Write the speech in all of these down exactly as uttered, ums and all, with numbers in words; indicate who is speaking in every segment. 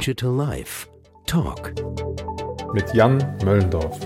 Speaker 1: Digital Life Talk
Speaker 2: mit Jan Möllendorf.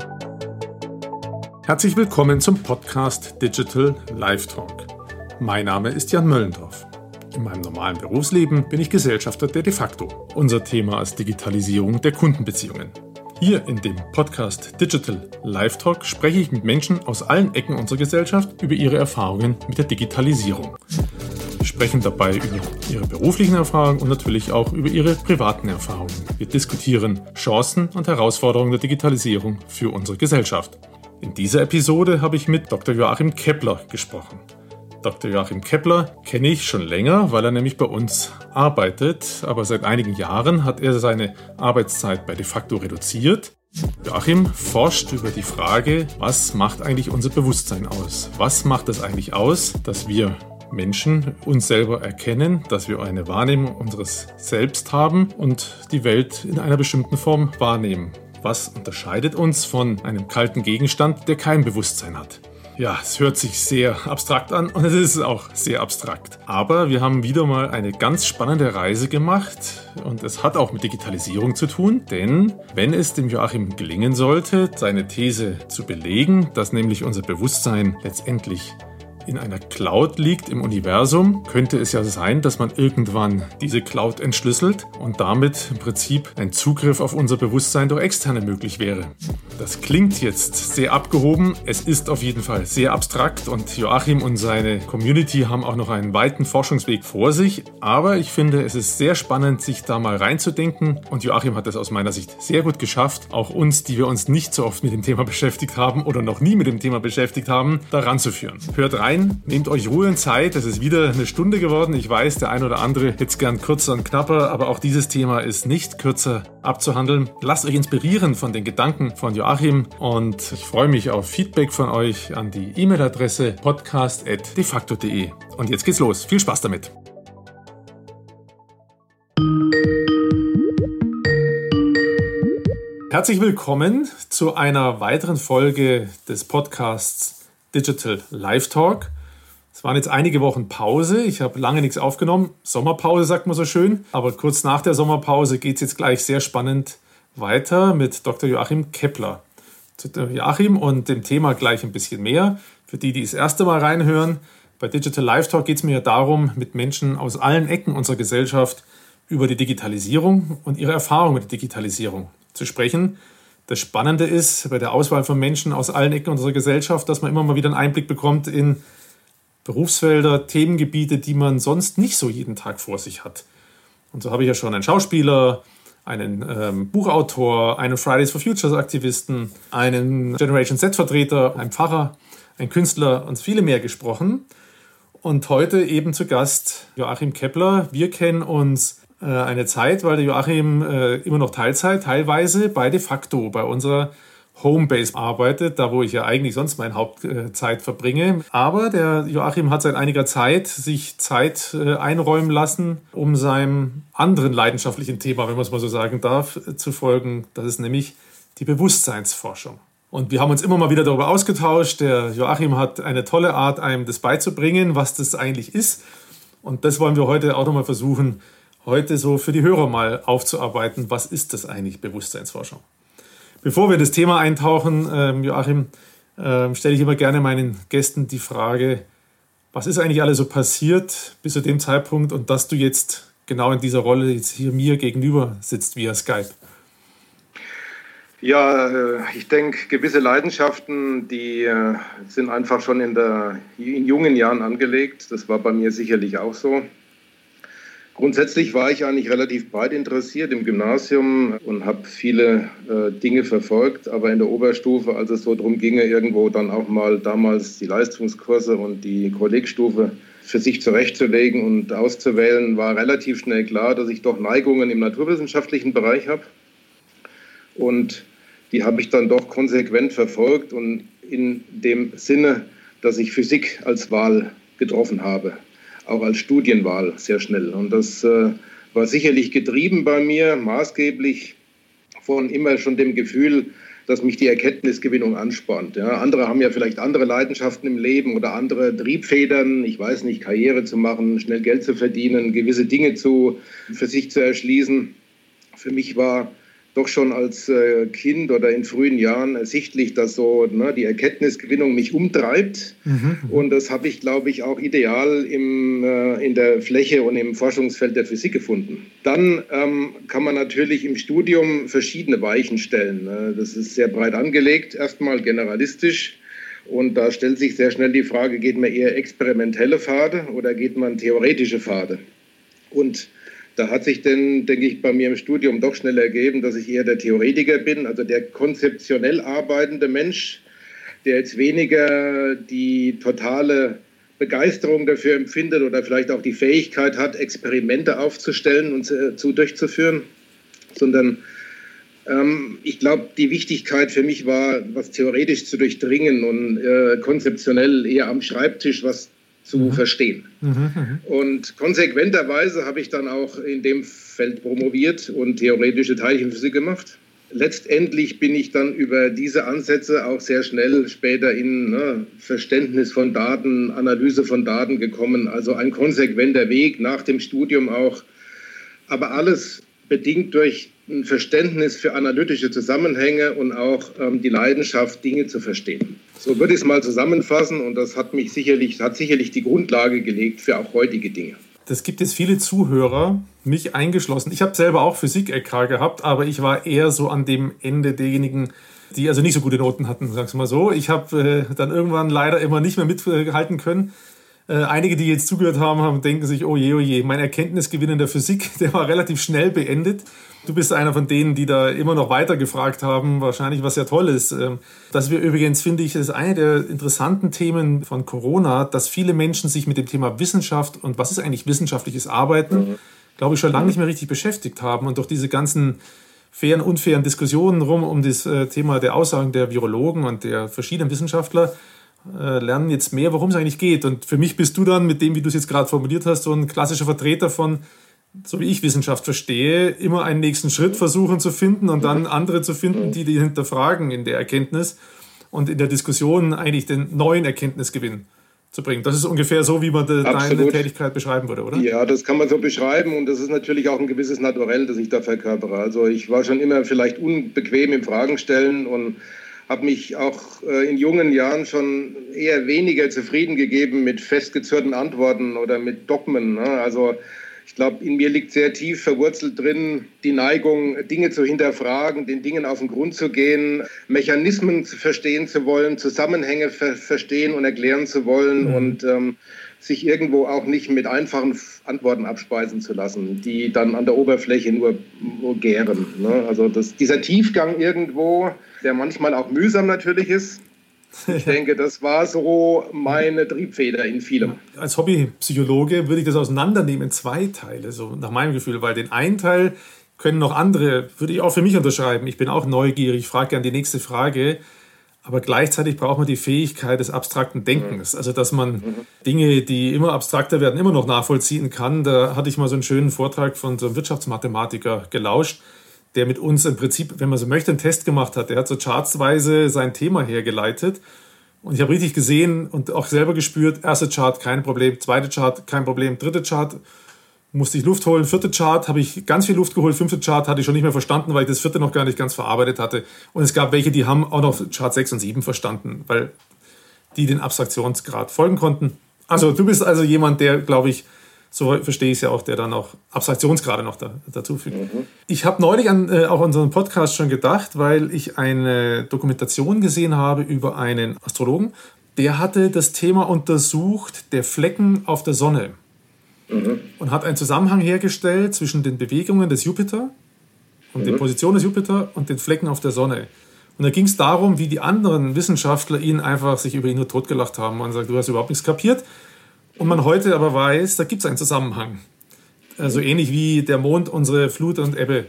Speaker 2: Herzlich willkommen zum Podcast Digital Life Talk. Mein Name ist Jan Möllendorf. In meinem normalen Berufsleben bin ich Gesellschafter der de facto. Unser Thema ist Digitalisierung der Kundenbeziehungen. Hier in dem Podcast Digital Life Talk spreche ich mit Menschen aus allen Ecken unserer Gesellschaft über ihre Erfahrungen mit der Digitalisierung. Wir sprechen dabei über ihre beruflichen Erfahrungen und natürlich auch über ihre privaten Erfahrungen. Wir diskutieren Chancen und Herausforderungen der Digitalisierung für unsere Gesellschaft. In dieser Episode habe ich mit Doktor Joachim Kepler gesprochen. Doktor Joachim Kepler kenne ich schon länger, weil er nämlich bei uns arbeitet, aber seit einigen Jahren hat er seine Arbeitszeit bei de facto reduziert. Joachim forscht über die Frage, was macht eigentlich unser Bewusstsein aus? Was macht es eigentlich aus, dass wir Menschen uns selber erkennen, dass wir eine Wahrnehmung unseres Selbst haben und die Welt in einer bestimmten Form wahrnehmen? Was unterscheidet uns von einem kalten Gegenstand, der kein Bewusstsein hat? Ja, es hört sich sehr abstrakt an und es ist auch sehr abstrakt. Aber wir haben wieder mal eine ganz spannende Reise gemacht und es hat auch mit Digitalisierung zu tun, denn wenn es dem Joachim gelingen sollte, seine These zu belegen, dass nämlich unser Bewusstsein letztendlich in einer Cloud liegt im Universum, könnte es ja sein, dass man irgendwann diese Cloud entschlüsselt und damit im Prinzip ein Zugriff auf unser Bewusstsein durch Externe möglich wäre. Das klingt jetzt sehr abgehoben, es ist auf jeden Fall sehr abstrakt und Joachim und seine Community haben auch noch einen weiten Forschungsweg vor sich, aber ich finde, es ist sehr spannend, sich da mal reinzudenken und Joachim hat es aus meiner Sicht sehr gut geschafft, auch uns, die wir uns nicht so oft mit dem Thema beschäftigt haben oder noch nie mit dem Thema beschäftigt haben, da ranzuführen. Hört rein. Nehmt euch Ruhe und Zeit, es ist wieder eine Stunde geworden. Ich weiß, der ein oder andere hätte es gern kürzer und knapper, aber auch dieses Thema ist nicht kürzer abzuhandeln. Lasst euch inspirieren von den Gedanken von Joachim und ich freue mich auf Feedback von euch an die E-Mail-Adresse podcast at de facto punkt de. Und jetzt geht's los. Viel Spaß damit! Herzlich willkommen zu einer weiteren Folge des Podcasts Digital Life Talk. Es waren jetzt einige Wochen Pause. Ich habe lange nichts aufgenommen. Sommerpause sagt man so schön. Aber kurz nach der Sommerpause geht es jetzt gleich sehr spannend weiter mit Doktor Joachim Kepler. Zu Joachim und dem Thema gleich ein bisschen mehr. Für die, die das erste Mal reinhören, bei Digital Life Talk geht es mir ja darum, mit Menschen aus allen Ecken unserer Gesellschaft über die Digitalisierung und ihre Erfahrungen mit der Digitalisierung zu sprechen. Das Spannende ist bei der Auswahl von Menschen aus allen Ecken unserer Gesellschaft, dass man immer mal wieder einen Einblick bekommt in Berufsfelder, Themengebiete, die man sonst nicht so jeden Tag vor sich hat. Und so habe ich ja schon einen Schauspieler, einen ähm, Buchautor, einen Fridays for Futures Aktivisten, einen Generation Z-Vertreter, einen Pfarrer, einen Künstler und viele mehr gesprochen. Und heute eben zu Gast Joachim Kepler. Wir kennen uns eine Zeit, weil der Joachim äh, immer noch Teilzeit, teilweise bei de facto, bei unserer Homebase arbeitet, da wo ich ja eigentlich sonst meine Hauptzeit äh, verbringe. Aber der Joachim hat seit einiger Zeit sich Zeit äh, einräumen lassen, um seinem anderen leidenschaftlichen Thema, wenn man es mal so sagen darf, äh, zu folgen. Das ist nämlich die Bewusstseinsforschung. Und wir haben uns immer mal wieder darüber ausgetauscht. Der Joachim hat eine tolle Art, einem das beizubringen, was das eigentlich ist. Und das wollen wir heute auch nochmal versuchen, heute so für die Hörer mal aufzuarbeiten, was ist das eigentlich, Bewusstseinsforschung? Bevor wir in das Thema eintauchen, ähm, Joachim, ähm, stelle ich immer gerne meinen Gästen die Frage, was ist eigentlich alles so passiert bis zu dem Zeitpunkt und dass du jetzt genau in dieser Rolle jetzt hier mir gegenüber sitzt via Skype?
Speaker 3: Ja, ich denke, gewisse Leidenschaften, die sind einfach schon in, der, in jungen Jahren angelegt. Das war bei mir sicherlich auch so. Grundsätzlich war ich eigentlich relativ breit interessiert im Gymnasium und habe viele äh, Dinge verfolgt, aber in der Oberstufe, als es so darum ginge, irgendwo dann auch mal damals die Leistungskurse und die Kollegstufe für sich zurechtzulegen und auszuwählen, war relativ schnell klar, dass ich doch Neigungen im naturwissenschaftlichen Bereich habe. Und die habe ich dann doch konsequent verfolgt und in dem Sinne, dass ich Physik als Wahl getroffen habe. Auch als Studienwahl sehr schnell. Und das äh, war sicherlich getrieben bei mir, maßgeblich von immer schon dem Gefühl, dass mich die Erkenntnisgewinnung anspornt. Ja, andere haben ja vielleicht andere Leidenschaften im Leben oder andere Triebfedern, ich weiß nicht, Karriere zu machen, schnell Geld zu verdienen, gewisse Dinge zu, für sich zu erschließen. für mich war doch schon als äh, Kind oder in frühen Jahren ersichtlich, dass so ne, die Erkenntnisgewinnung mich umtreibt. Mhm. Und das habe ich, glaube ich, auch ideal im, äh, in der Fläche und im Forschungsfeld der Physik gefunden. Dann ähm, kann man natürlich im Studium verschiedene Weichen stellen. Das ist sehr breit angelegt, erstmal generalistisch. Und da stellt sich sehr schnell die Frage, geht man eher experimentelle Pfade oder geht man theoretische Pfade? Und da hat sich dann, denke ich, bei mir im Studium doch schnell ergeben, dass ich eher der Theoretiker bin, also der konzeptionell arbeitende Mensch, der jetzt weniger die totale Begeisterung dafür empfindet oder vielleicht auch die Fähigkeit hat, Experimente aufzustellen und zu durchzuführen, sondern ähm, ich glaube, die Wichtigkeit für mich war, was theoretisch zu durchdringen und äh, konzeptionell eher am Schreibtisch was zu mhm. verstehen. Mhm, und konsequenterweise habe ich dann auch in dem Feld promoviert und theoretische Teilchenphysik gemacht. Letztendlich bin ich dann über diese Ansätze auch sehr schnell später in ne, Verständnis von Daten, Analyse von Daten gekommen. Also ein konsequenter Weg nach dem Studium auch. Aber alles bedingt durch ein Verständnis für analytische Zusammenhänge und auch ähm, die Leidenschaft, Dinge zu verstehen. So würde ich es mal zusammenfassen und das hat mich sicherlich, hat sicherlich die Grundlage gelegt für auch heutige Dinge.
Speaker 2: Das gibt jetzt viele Zuhörer, mich eingeschlossen. Ich habe selber auch Physik-L K gehabt, aber ich war eher so an dem Ende derjenigen, die also nicht so gute Noten hatten, sag's mal so. Ich habe äh, dann irgendwann leider immer nicht mehr mithalten können. Äh, einige, die jetzt zugehört haben, haben, denken sich, oh je, oh je, mein Erkenntnisgewinn in der Physik, der war relativ schnell beendet. Du bist einer von denen, die da immer noch weiter gefragt haben, wahrscheinlich was ja toll ist. Dass wir übrigens, finde ich, das ist eine der interessanten Themen von Corona, dass viele Menschen sich mit dem Thema Wissenschaft und was ist eigentlich wissenschaftliches Arbeiten, mhm. glaube ich, schon lange nicht mehr richtig beschäftigt haben. Und durch diese ganzen fairen, unfairen Diskussionen rum um das Thema der Aussagen der Virologen und der verschiedenen Wissenschaftler lernen jetzt mehr, worum es eigentlich geht. Und für mich bist du dann, mit dem, wie du es jetzt gerade formuliert hast, so ein klassischer Vertreter von, so wie ich Wissenschaft verstehe, immer einen nächsten Schritt versuchen zu finden und dann andere zu finden, die die hinterfragen in der Erkenntnis und in der Diskussion eigentlich den neuen Erkenntnisgewinn zu bringen. Das ist ungefähr so, wie man de, deine Tätigkeit beschreiben würde, oder?
Speaker 3: Ja, das kann man so beschreiben und das ist natürlich auch ein gewisses Naturell, das ich da verkörpere. Also ich war schon immer vielleicht unbequem im Fragen stellen und habe mich auch äh, in jungen Jahren schon eher weniger zufrieden gegeben mit festgezurrten Antworten oder mit Dogmen. Ne? Also ich glaube, in mir liegt sehr tief verwurzelt drin die Neigung, Dinge zu hinterfragen, den Dingen auf den Grund zu gehen, Mechanismen zu verstehen zu wollen, Zusammenhänge ver- verstehen und erklären zu wollen mhm. und ähm, sich irgendwo auch nicht mit einfachen Antworten abspeisen zu lassen, die dann an der Oberfläche nur, nur gären. Ne? Also das, dieser Tiefgang irgendwo, der manchmal auch mühsam natürlich ist. Ich denke, das war so meine Triebfeder in vielem.
Speaker 2: Als Hobbypsychologe würde ich das auseinandernehmen in zwei Teile, so nach meinem Gefühl, weil den einen Teil können noch andere, würde ich auch für mich unterschreiben. Ich bin auch neugierig, frage gerne die nächste Frage, aber gleichzeitig braucht man die Fähigkeit des abstrakten Denkens, also dass man mhm. Dinge, die immer abstrakter werden, immer noch nachvollziehen kann. Da hatte ich mal so einen schönen Vortrag von so einem Wirtschaftsmathematiker gelauscht, der mit uns im Prinzip, wenn man so möchte, einen Test gemacht hat. Der hat so chartsweise sein Thema hergeleitet. Und ich habe richtig gesehen und auch selber gespürt, erste Chart, kein Problem, zweite Chart, kein Problem, dritte Chart, musste ich Luft holen, vierte Chart, habe ich ganz viel Luft geholt, fünfte Chart hatte ich schon nicht mehr verstanden, weil ich das vierte noch gar nicht ganz verarbeitet hatte. Und es gab welche, die haben auch noch Chart sechs und sieben verstanden, weil die den Abstraktionsgrad folgen konnten. Also du bist also jemand, der, glaube ich, so verstehe ich es ja auch, der dann auch Abstraktionsgrade noch da, dazu fügt. Mhm. Ich habe neulich an äh, auch unseren Podcast schon gedacht, weil ich eine Dokumentation gesehen habe über einen Astrologen, der hatte das Thema untersucht, der Flecken auf der Sonne. Mhm. Und hat einen Zusammenhang hergestellt zwischen den Bewegungen des Jupiter und mhm. der Position des Jupiter und den Flecken auf der Sonne. Und da ging es darum, wie die anderen Wissenschaftler ihn einfach sich über ihn nur totgelacht haben und sagt, du hast überhaupt nichts kapiert. Und man heute aber weiß, da gibt es einen Zusammenhang. Also ähnlich wie der Mond unsere Flut und Ebbe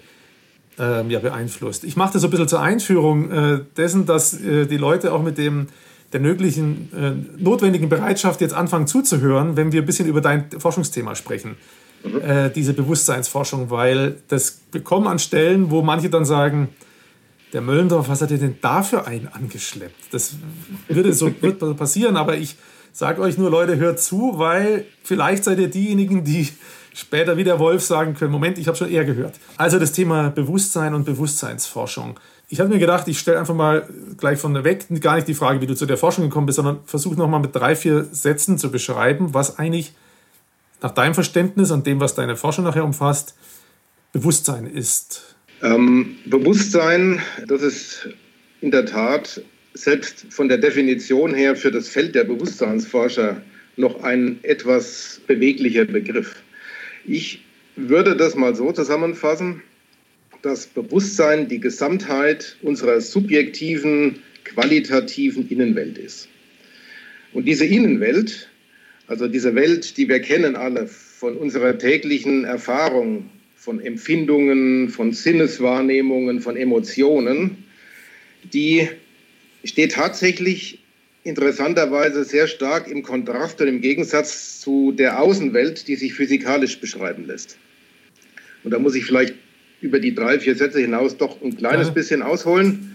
Speaker 2: äh, ja, beeinflusst. Ich mache das so ein bisschen zur Einführung äh, dessen, dass äh, die Leute auch mit dem der möglichen äh, notwendigen Bereitschaft jetzt anfangen zuzuhören, wenn wir ein bisschen über dein Forschungsthema sprechen. Mhm. Äh, diese Bewusstseinsforschung, weil das bekommen an Stellen, wo manche dann sagen, der Möllendorf, was hat er denn da für einen angeschleppt? Das würde so wird passieren, aber ich sage euch nur, Leute, hört zu, weil vielleicht seid ihr diejenigen, die später wie der Wolf sagen können, Moment, ich habe schon eher gehört. Also das Thema Bewusstsein und Bewusstseinsforschung. Ich habe mir gedacht, ich stelle einfach mal gleich von weg gar nicht die Frage, wie du zu der Forschung gekommen bist, sondern versuche nochmal mit drei, vier Sätzen zu beschreiben, was eigentlich nach deinem Verständnis und dem, was deine Forschung nachher umfasst, Bewusstsein ist.
Speaker 3: Ähm, Bewusstsein, das ist in der Tat selbst von der Definition her für das Feld der Bewusstseinsforscher noch ein etwas beweglicher Begriff. Ich würde das mal so zusammenfassen, dass Bewusstsein die Gesamtheit unserer subjektiven, qualitativen Innenwelt ist. Und diese Innenwelt, also diese Welt, die wir kennen alle von unserer täglichen Erfahrung, von Empfindungen, von Sinneswahrnehmungen, von Emotionen, die steht tatsächlich interessanterweise sehr stark im Kontrast und im Gegensatz zu der Außenwelt, die sich physikalisch beschreiben lässt. Und da muss ich vielleicht über die drei, vier Sätze hinaus doch ein kleines ja. bisschen ausholen.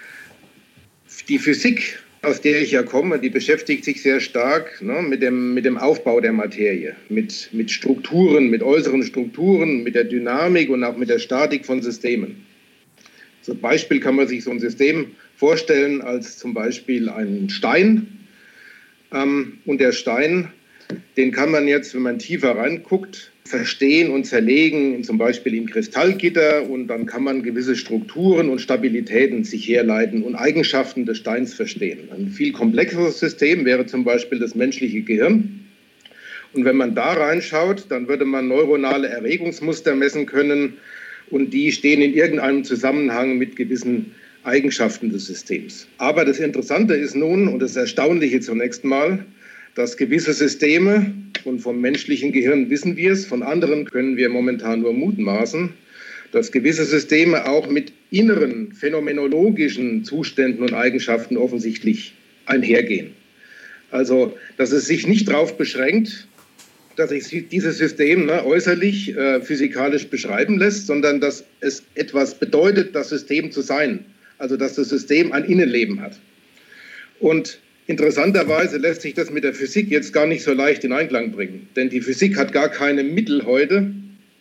Speaker 3: Die Physik, aus der ich ja komme, die beschäftigt sich sehr stark ne, mit dem, mit dem Aufbau der Materie, mit, mit Strukturen, mit äußeren Strukturen, mit der Dynamik und auch mit der Statik von Systemen. Zum Beispiel kann man sich so ein System vorstellen als zum Beispiel einen Stein. Ähm, und der Stein, den kann man jetzt, wenn man tiefer reinguckt, verstehen und zerlegen, zum Beispiel in Kristallgitter. Und dann kann man gewisse Strukturen und Stabilitäten sich herleiten und Eigenschaften des Steins verstehen. Ein viel komplexeres System wäre zum Beispiel das menschliche Gehirn. Und wenn man da reinschaut, dann würde man neuronale Erregungsmuster messen können. Und die stehen in irgendeinem Zusammenhang mit gewissen Eigenschaften des Systems. Aber das Interessante ist nun, und das Erstaunliche zunächst mal, dass gewisse Systeme, und vom menschlichen Gehirn wissen wir es, von anderen können wir momentan nur mutmaßen, dass gewisse Systeme auch mit inneren phänomenologischen Zuständen und Eigenschaften offensichtlich einhergehen. Also, dass es sich nicht darauf beschränkt, dass sich dieses System ne, äußerlich äh, physikalisch beschreiben lässt, sondern dass es etwas bedeutet, das System zu sein. Also dass das System ein Innenleben hat. Und interessanterweise lässt sich das mit der Physik jetzt gar nicht so leicht in Einklang bringen. Denn die Physik hat gar keine Mittel heute,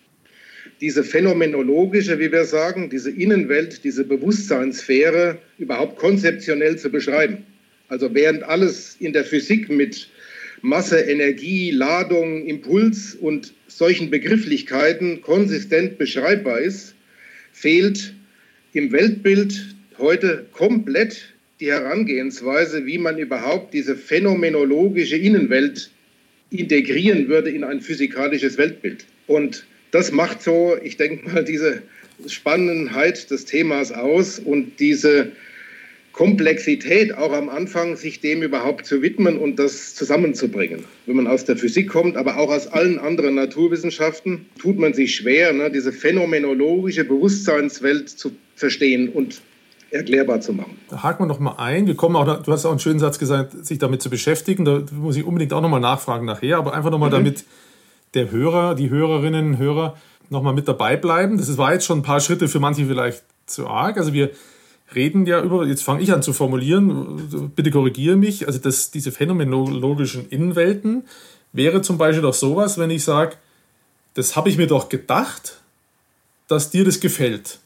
Speaker 3: diese phänomenologische, wie wir sagen, diese Innenwelt, diese Bewusstseinssphäre überhaupt konzeptionell zu beschreiben. Also während alles in der Physik mit Masse, Energie, Ladung, Impuls und solchen Begrifflichkeiten konsistent beschreibbar ist, fehlt im Weltbild heute komplett die Herangehensweise, wie man überhaupt diese phänomenologische Innenwelt integrieren würde in ein physikalisches Weltbild. Und das macht so, ich denke mal, diese Spannendheit des Themas aus und diese Komplexität auch am Anfang, sich dem überhaupt zu widmen und das zusammenzubringen. Wenn man aus der Physik kommt, aber auch aus allen anderen Naturwissenschaften, tut man sich schwer, ne, diese phänomenologische Bewusstseinswelt zu verstehen und erklärbar zu machen.
Speaker 2: Da haken wir noch mal ein. Wir kommen auch, du hast auch einen schönen Satz gesagt, sich damit zu beschäftigen. Da muss ich unbedingt auch noch mal nachfragen nachher, aber einfach noch mal mhm. damit der Hörer, die Hörerinnen und Hörer noch mal mit dabei bleiben. Das war jetzt schon ein paar Schritte für manche vielleicht zu arg. Also wir reden ja über, jetzt fange ich an zu formulieren, bitte korrigiere mich, also das, diese phänomenologischen Innenwelten wäre zum Beispiel doch sowas, wenn ich sage, das habe ich mir doch gedacht, dass dir das gefällt.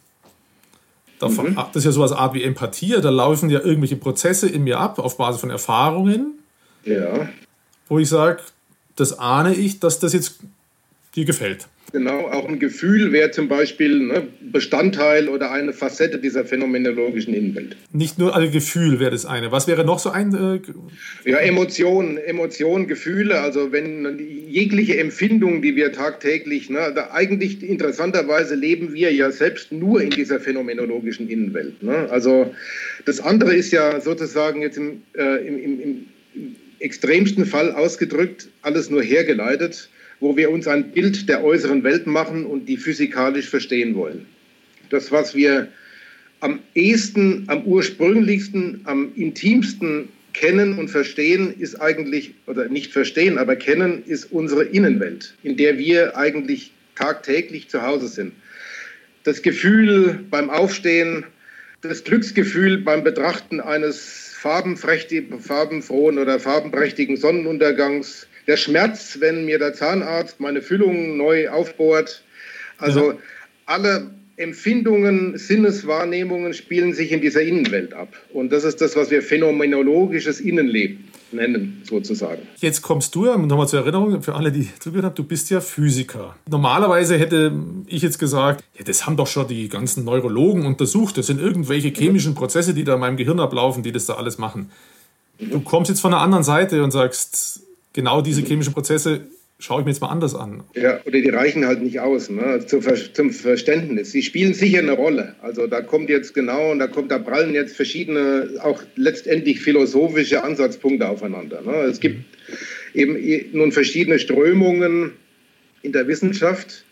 Speaker 2: Da, mhm. Das ist ja sowas Art wie Empathie, da laufen ja irgendwelche Prozesse in mir ab, auf Basis von Erfahrungen,
Speaker 3: ja.
Speaker 2: wo ich sage, das ahne ich, dass das jetzt dir gefällt.
Speaker 3: Genau, auch ein Gefühl wäre zum Beispiel ne, Bestandteil oder eine Facette dieser phänomenologischen Innenwelt.
Speaker 2: Nicht nur ein Gefühl wäre das eine. Was wäre noch so ein... Äh,
Speaker 3: ja, Emotionen, Emotionen, Gefühle, also wenn jegliche Empfindung, die wir tagtäglich, ne, da eigentlich interessanterweise leben wir ja selbst nur in dieser phänomenologischen Innenwelt. Ne? Also das andere ist ja sozusagen jetzt im, äh, im, im, im extremsten Fall ausgedrückt, alles nur hergeleitet, wo wir uns ein Bild der äußeren Welt machen und die physikalisch verstehen wollen. Das, was wir am ehesten, am ursprünglichsten, am intimsten kennen und verstehen, ist eigentlich, oder nicht verstehen, aber kennen, ist unsere Innenwelt, in der wir eigentlich tagtäglich zu Hause sind. Das Gefühl beim Aufstehen, das Glücksgefühl beim Betrachten eines farbenfrohen oder farbenprächtigen Sonnenuntergangs, der Schmerz, wenn mir der Zahnarzt meine Füllung neu aufbohrt. Also ja. alle Empfindungen, Sinneswahrnehmungen spielen sich in dieser Innenwelt ab. Und das ist das, was wir phänomenologisches Innenleben nennen, sozusagen.
Speaker 2: Jetzt kommst du, nochmal zur Erinnerung, für alle, die zugehört haben, du bist ja Physiker. Normalerweise hätte ich jetzt gesagt, ja, das haben doch schon die ganzen Neurologen untersucht. Das sind irgendwelche chemischen Prozesse, die da in meinem Gehirn ablaufen, die das da alles machen. Du kommst jetzt von der anderen Seite und sagst, genau diese chemischen Prozesse schaue ich mir jetzt mal anders an.
Speaker 3: Ja, oder die reichen halt nicht aus, ne, zum, Ver- zum Verständnis. Sie spielen sicher eine Rolle. Also da kommt jetzt genau, und da kommt, da prallen jetzt verschiedene, auch letztendlich philosophische Ansatzpunkte aufeinander. Ne. Es gibt eben nun verschiedene Strömungen in der Wissenschaft.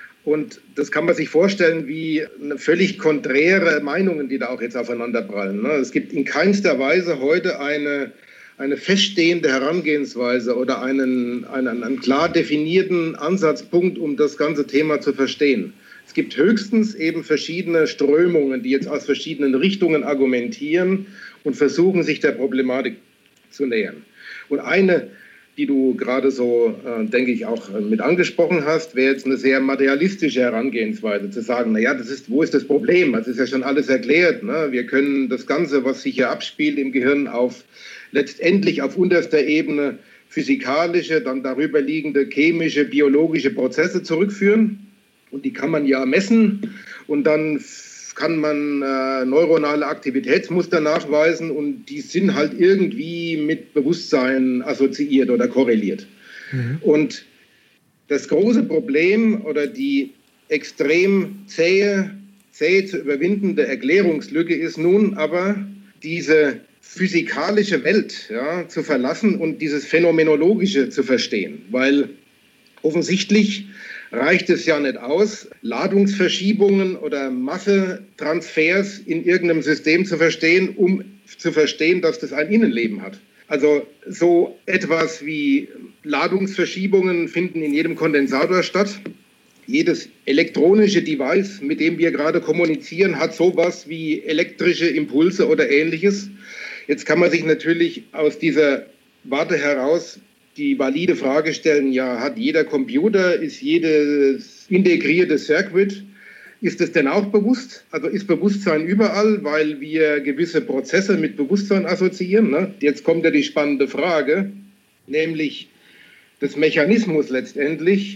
Speaker 3: Und das kann man sich vorstellen wie eine völlig konträre Meinungen, die da auch jetzt aufeinander prallen. Ne. Es gibt in keinster Weise heute eine eine feststehende Herangehensweise oder einen, einen, einen klar definierten Ansatzpunkt, um das ganze Thema zu verstehen. Es gibt höchstens eben verschiedene Strömungen, die jetzt aus verschiedenen Richtungen argumentieren und versuchen, sich der Problematik zu nähern. Und eine, die du gerade so, äh, denke ich, auch mit angesprochen hast, wäre jetzt eine sehr materialistische Herangehensweise, zu sagen, naja, das ist, wo ist das Problem? Das ist ja schon alles erklärt. Ne? Wir können das Ganze, was sich hier abspielt im Gehirn, auf letztendlich auf unterster Ebene physikalische, dann darüber liegende chemische, biologische Prozesse zurückführen. Und die kann man ja messen und dann kann man äh, neuronale Aktivitätsmuster nachweisen und die sind halt irgendwie mit Bewusstsein assoziiert oder korreliert. Mhm. Und das große Problem oder die extrem zähe, zäh zu überwindende Erklärungslücke ist nun aber, diese physikalische Welt ja, zu verlassen und dieses Phänomenologische zu verstehen. Weil offensichtlich reicht es ja nicht aus, Ladungsverschiebungen oder Massetransfers in irgendeinem System zu verstehen, um zu verstehen, dass das ein Innenleben hat. Also so etwas wie Ladungsverschiebungen finden in jedem Kondensator statt. Jedes elektronische Device, mit dem wir gerade kommunizieren, hat sowas wie elektrische Impulse oder Ähnliches. Jetzt kann man sich natürlich aus dieser Warte heraus die valide Frage stellen, ja, hat jeder Computer, ist jedes integrierte Circuit, ist es denn auch bewusst? Also ist Bewusstsein überall, weil wir gewisse Prozesse mit Bewusstsein assoziieren? Ne? Jetzt kommt ja die spannende Frage, nämlich des Mechanismus letztendlich.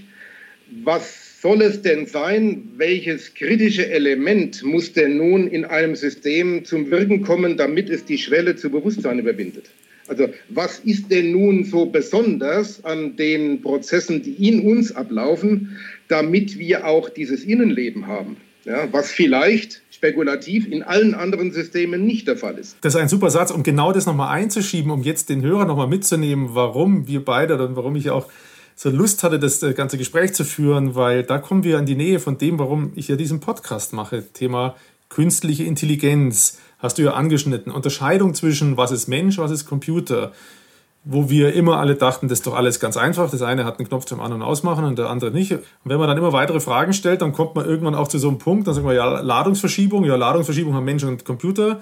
Speaker 3: Was soll es denn sein? Welches kritische Element muss denn nun in einem System zum Wirken kommen, damit es die Schwelle zu Bewusstsein überwindet? Also was ist denn nun so besonders an den Prozessen, die in uns ablaufen, damit wir auch dieses Innenleben haben? Ja, was vielleicht spekulativ in allen anderen Systemen nicht der Fall ist.
Speaker 2: Das ist ein super Satz, um genau das nochmal einzuschieben, um jetzt den Hörer nochmal mitzunehmen, warum wir beide und warum ich auch so Lust hatte, das ganze Gespräch zu führen, weil da kommen wir in die Nähe von dem, warum ich ja diesen Podcast mache. Thema künstliche Intelligenz hast du ja angeschnitten. Unterscheidung zwischen was ist Mensch, was ist Computer. Wo wir immer alle dachten, das ist doch alles ganz einfach. Das eine hat einen Knopf zum An- und Ausmachen und der andere nicht. Und wenn man dann immer weitere Fragen stellt, dann kommt man irgendwann auch zu so einem Punkt, dann sagen wir, ja, Ladungsverschiebung, ja, Ladungsverschiebung haben Mensch und Computer.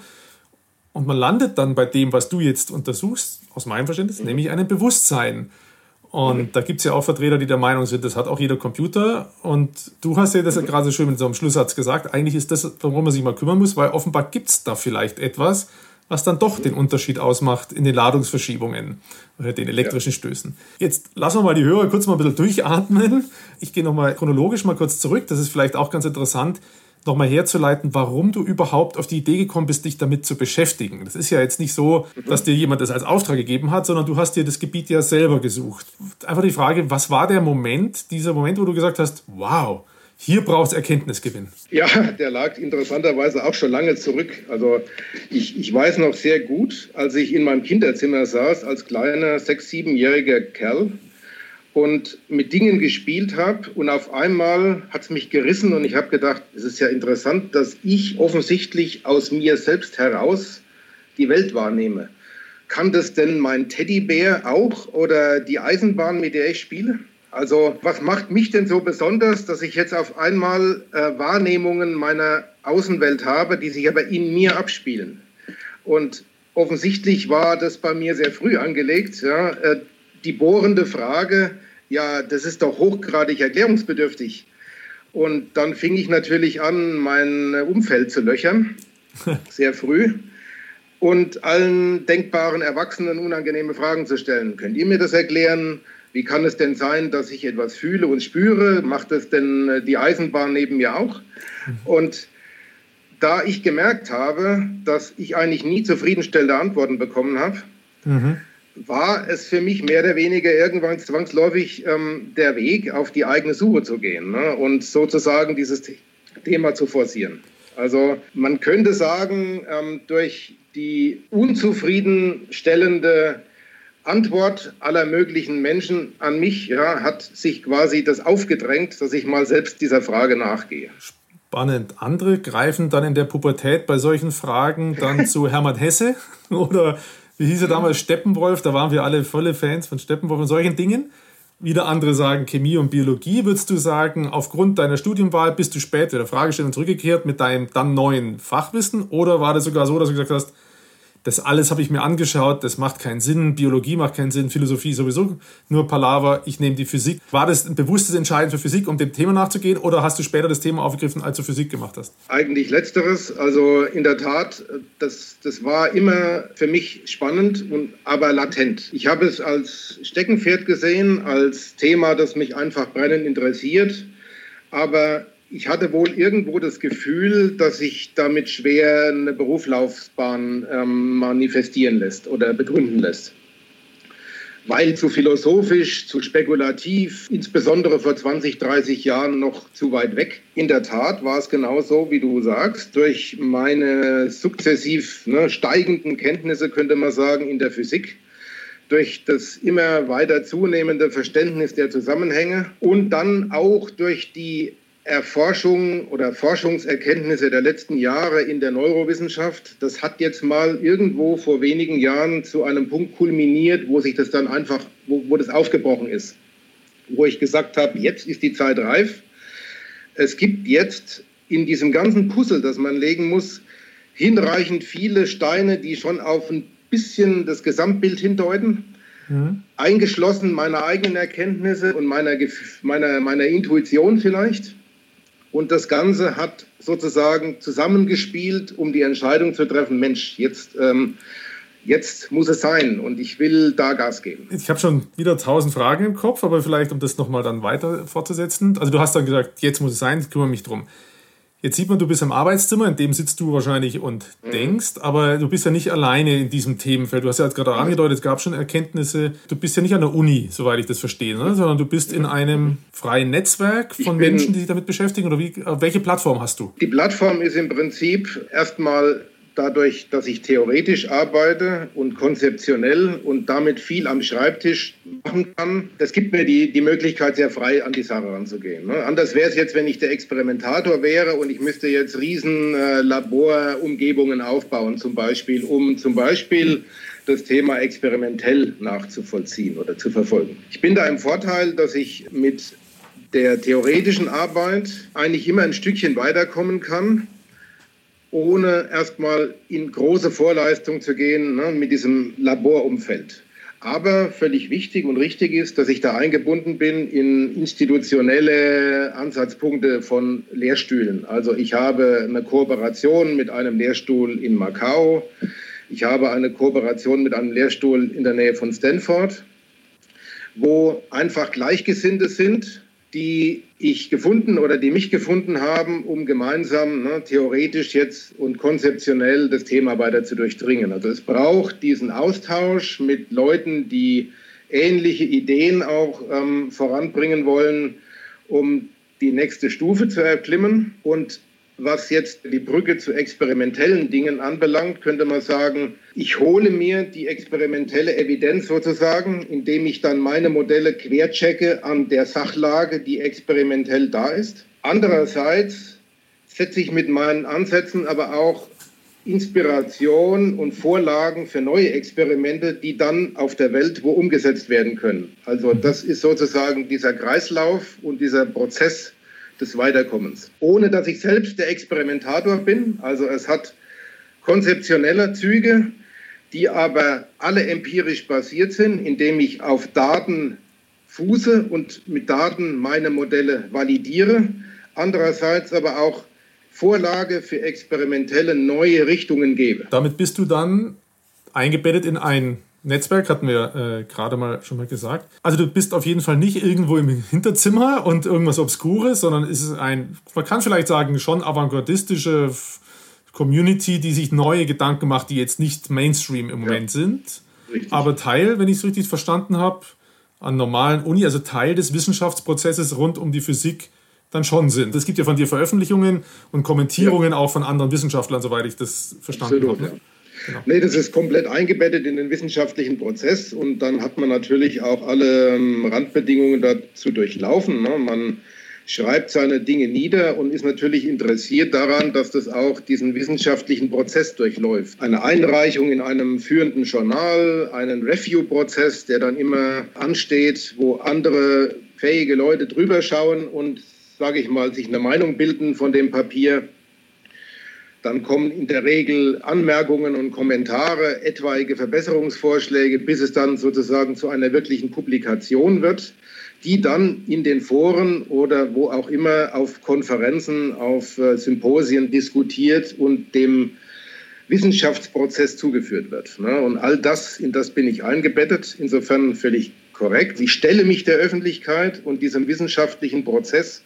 Speaker 2: Und man landet dann bei dem, was du jetzt untersuchst, aus meinem Verständnis, mhm. nämlich einem Bewusstsein. Und mhm. da gibt es ja auch Vertreter, die der Meinung sind, das hat auch jeder Computer. Und du hast ja das mhm. gerade so schön mit so einem Schlusssatz gesagt, eigentlich ist das, worum man sich mal kümmern muss, weil offenbar gibt es da vielleicht etwas, was dann doch den Unterschied ausmacht in den Ladungsverschiebungen oder den elektrischen ja. Stößen. Jetzt lassen wir mal die Hörer kurz mal ein bisschen durchatmen. Ich gehe nochmal chronologisch mal kurz zurück. Das ist vielleicht auch ganz interessant, nochmal herzuleiten, warum du überhaupt auf die Idee gekommen bist, dich damit zu beschäftigen. Das ist ja jetzt nicht so, dass dir jemand das als Auftrag gegeben hat, sondern du hast dir das Gebiet ja selber gesucht. Einfach die Frage, was war der Moment, dieser Moment, wo du gesagt hast, wow, hier braucht es Erkenntnisgewinn?
Speaker 3: Ja, der lag interessanterweise auch schon lange zurück. Also ich, ich weiß noch sehr gut, als ich in meinem Kinderzimmer saß, als kleiner sechs-, siebenjähriger Kerl und mit Dingen gespielt habe und auf einmal hat es mich gerissen und ich habe gedacht, es ist ja interessant, dass ich offensichtlich aus mir selbst heraus die Welt wahrnehme. Kann das denn mein Teddybär auch oder die Eisenbahn, mit der ich spiele? Also was macht mich denn so besonders, dass ich jetzt auf einmal äh, Wahrnehmungen meiner Außenwelt habe, die sich aber in mir abspielen? Und offensichtlich war das bei mir sehr früh angelegt, ja, äh, die bohrende Frage, ja, das ist doch hochgradig erklärungsbedürftig. Und dann fing ich natürlich an, mein Umfeld zu löchern, sehr früh, und allen denkbaren Erwachsenen unangenehme Fragen zu stellen. Könnt ihr mir das erklären? Wie kann es denn sein, dass ich etwas fühle und spüre? Macht es denn die Eisenbahn neben mir auch? Und da ich gemerkt habe, dass ich eigentlich nie zufriedenstellende Antworten bekommen habe, mhm. war es für mich mehr oder weniger irgendwann zwangsläufig ähm, der Weg, auf die eigene Suche zu gehen, ne? Und sozusagen dieses Thema zu forcieren. Also man könnte sagen, ähm, durch die unzufriedenstellende Antwort aller möglichen Menschen an mich, ja, hat sich quasi das aufgedrängt, dass ich mal selbst dieser Frage nachgehe.
Speaker 2: Spannend. Andere greifen dann in der Pubertät bei solchen Fragen dann zu Hermann Hesse oder wie hieß er damals, Steppenwolf, da waren wir alle volle Fans von Steppenwolf und solchen Dingen. Wieder andere sagen Chemie und Biologie. Würdest du sagen, aufgrund deiner Studienwahl bist du später der Fragestellung zurückgekehrt mit deinem dann neuen Fachwissen? Oder war das sogar so, dass du gesagt hast, das alles habe ich mir angeschaut, das macht keinen Sinn, Biologie macht keinen Sinn, Philosophie sowieso nur Palaver, ich nehme die Physik. War das ein bewusstes Entscheiden für Physik, um dem Thema nachzugehen, oder hast du später das Thema aufgegriffen, als du Physik gemacht hast?
Speaker 3: Eigentlich Letzteres, also in der Tat, das, das war immer für mich spannend, und, aber latent. Ich habe es als Steckenpferd gesehen, als Thema, das mich einfach brennend interessiert, aber ich hatte wohl irgendwo das Gefühl, dass sich damit schwer eine Berufslaufbahn ähm, manifestieren lässt oder begründen lässt. Weil zu philosophisch, zu spekulativ, insbesondere vor zwanzig, dreißig Jahren noch zu weit weg. In der Tat war es genau so, wie du sagst. Durch meine sukzessiv ne, steigenden Kenntnisse, könnte man sagen, in der Physik, durch das immer weiter zunehmende Verständnis der Zusammenhänge und dann auch durch die Erforschung oder Forschungserkenntnisse der letzten Jahre in der Neurowissenschaft, das hat jetzt mal irgendwo vor wenigen Jahren zu einem Punkt kulminiert, wo sich das dann einfach, wo, wo das aufgebrochen ist. Wo ich gesagt habe, jetzt ist die Zeit reif. Es gibt jetzt in diesem ganzen Puzzle, das man legen muss, hinreichend viele Steine, die schon auf ein bisschen das Gesamtbild hindeuten. Mhm. Eingeschlossen meiner eigenen Erkenntnisse und meiner, meiner, meiner Intuition vielleicht. Und das Ganze hat sozusagen zusammengespielt, um die Entscheidung zu treffen, Mensch, jetzt, ähm, jetzt muss es sein und ich will da Gas geben.
Speaker 2: Ich habe schon wieder tausend Fragen im Kopf, aber vielleicht, um das nochmal dann weiter fortzusetzen. Also du hast dann gesagt, jetzt muss es sein, ich kümmere mich drum. Jetzt sieht man, du bist im Arbeitszimmer, in dem sitzt du wahrscheinlich und mhm. denkst, aber du bist ja nicht alleine in diesem Themenfeld. Du hast ja jetzt gerade auch angedeutet, es gab schon Erkenntnisse. Du bist ja nicht an der Uni, soweit ich das verstehe, ne? Sondern du bist in einem freien Netzwerk von Menschen, die sich damit beschäftigen. Oder wie, welche Plattform hast du?
Speaker 3: Die Plattform ist im Prinzip erstmal dadurch, dass ich theoretisch arbeite und konzeptionell und damit viel am Schreibtisch machen kann. Das gibt mir die, die Möglichkeit, sehr frei an die Sache ranzugehen. Ne? Anders wäre es jetzt, wenn ich der Experimentator wäre und ich müsste jetzt riesen äh, Laborumgebungen aufbauen, zum Beispiel, um zum Beispiel das Thema experimentell nachzuvollziehen oder zu verfolgen. Ich bin da im Vorteil, dass ich mit der theoretischen Arbeit eigentlich immer ein Stückchen weiterkommen kann, ohne erstmal in große Vorleistung zu gehen, ne, mit diesem Laborumfeld. Aber völlig wichtig und richtig ist, dass ich da eingebunden bin in institutionelle Ansatzpunkte von Lehrstühlen. Also ich habe eine Kooperation mit einem Lehrstuhl in Macau. Ich habe eine Kooperation mit einem Lehrstuhl in der Nähe von Stanford, wo einfach Gleichgesinnte sind, die ich gefunden oder die mich gefunden haben, um gemeinsam ne, theoretisch jetzt und konzeptionell das Thema weiter zu durchdringen. Also es braucht diesen Austausch mit Leuten, die ähnliche Ideen auch ähm, voranbringen wollen, um die nächste Stufe zu erklimmen. Und was jetzt die Brücke zu experimentellen Dingen anbelangt, könnte man sagen, ich hole mir die experimentelle Evidenz sozusagen, indem ich dann meine Modelle querchecke an der Sachlage, die experimentell da ist. Andererseits setze ich mit meinen Ansätzen aber auch Inspiration und Vorlagen für neue Experimente, die dann auf der Welt wo umgesetzt werden können. Also das ist sozusagen dieser Kreislauf und dieser Prozess des Weiterkommens. Ohne dass ich selbst der Experimentator bin, also es hat konzeptionelle Züge, die aber alle empirisch basiert sind, indem ich auf Daten fuße und mit Daten meine Modelle validiere. Andererseits aber auch Vorlage für experimentelle neue Richtungen gebe.
Speaker 2: Damit bist du dann eingebettet in ein Netzwerk, hatten wir äh, gerade mal schon mal gesagt. Also du bist auf jeden Fall nicht irgendwo im Hinterzimmer und irgendwas Obskures, sondern es ist ein, man kann vielleicht sagen, schon avantgardistische Community, die sich neue Gedanken macht, die jetzt nicht Mainstream im Moment ja, sind, richtig. Aber Teil, wenn ich es richtig verstanden habe, an normalen Uni, also Teil des Wissenschaftsprozesses rund um die Physik dann schon sind. Es gibt ja von dir Veröffentlichungen und Kommentierungen ja. auch von anderen Wissenschaftlern, soweit ich das verstanden
Speaker 3: Absolut,
Speaker 2: habe.
Speaker 3: Ja. Genau. Nee, das ist komplett eingebettet in den wissenschaftlichen Prozess und dann hat man natürlich auch alle ähm, Randbedingungen dazu durchlaufen. Ne? Man schreibt seine Dinge nieder und ist natürlich interessiert daran, dass das auch diesen wissenschaftlichen Prozess durchläuft. Eine Einreichung in einem führenden Journal, einen Review-Prozess, der dann immer ansteht, wo andere fähige Leute drüber schauen und, sage ich mal, sich eine Meinung bilden von dem Papier. Dann kommen in der Regel Anmerkungen und Kommentare, etwaige Verbesserungsvorschläge, bis es dann sozusagen zu einer wirklichen Publikation wird, die dann in den Foren oder wo auch immer auf Konferenzen, auf Symposien diskutiert und dem Wissenschaftsprozess zugeführt wird. Und all das, in das bin ich eingebettet, insofern völlig korrekt. Ich stelle mich der Öffentlichkeit und diesem wissenschaftlichen Prozess,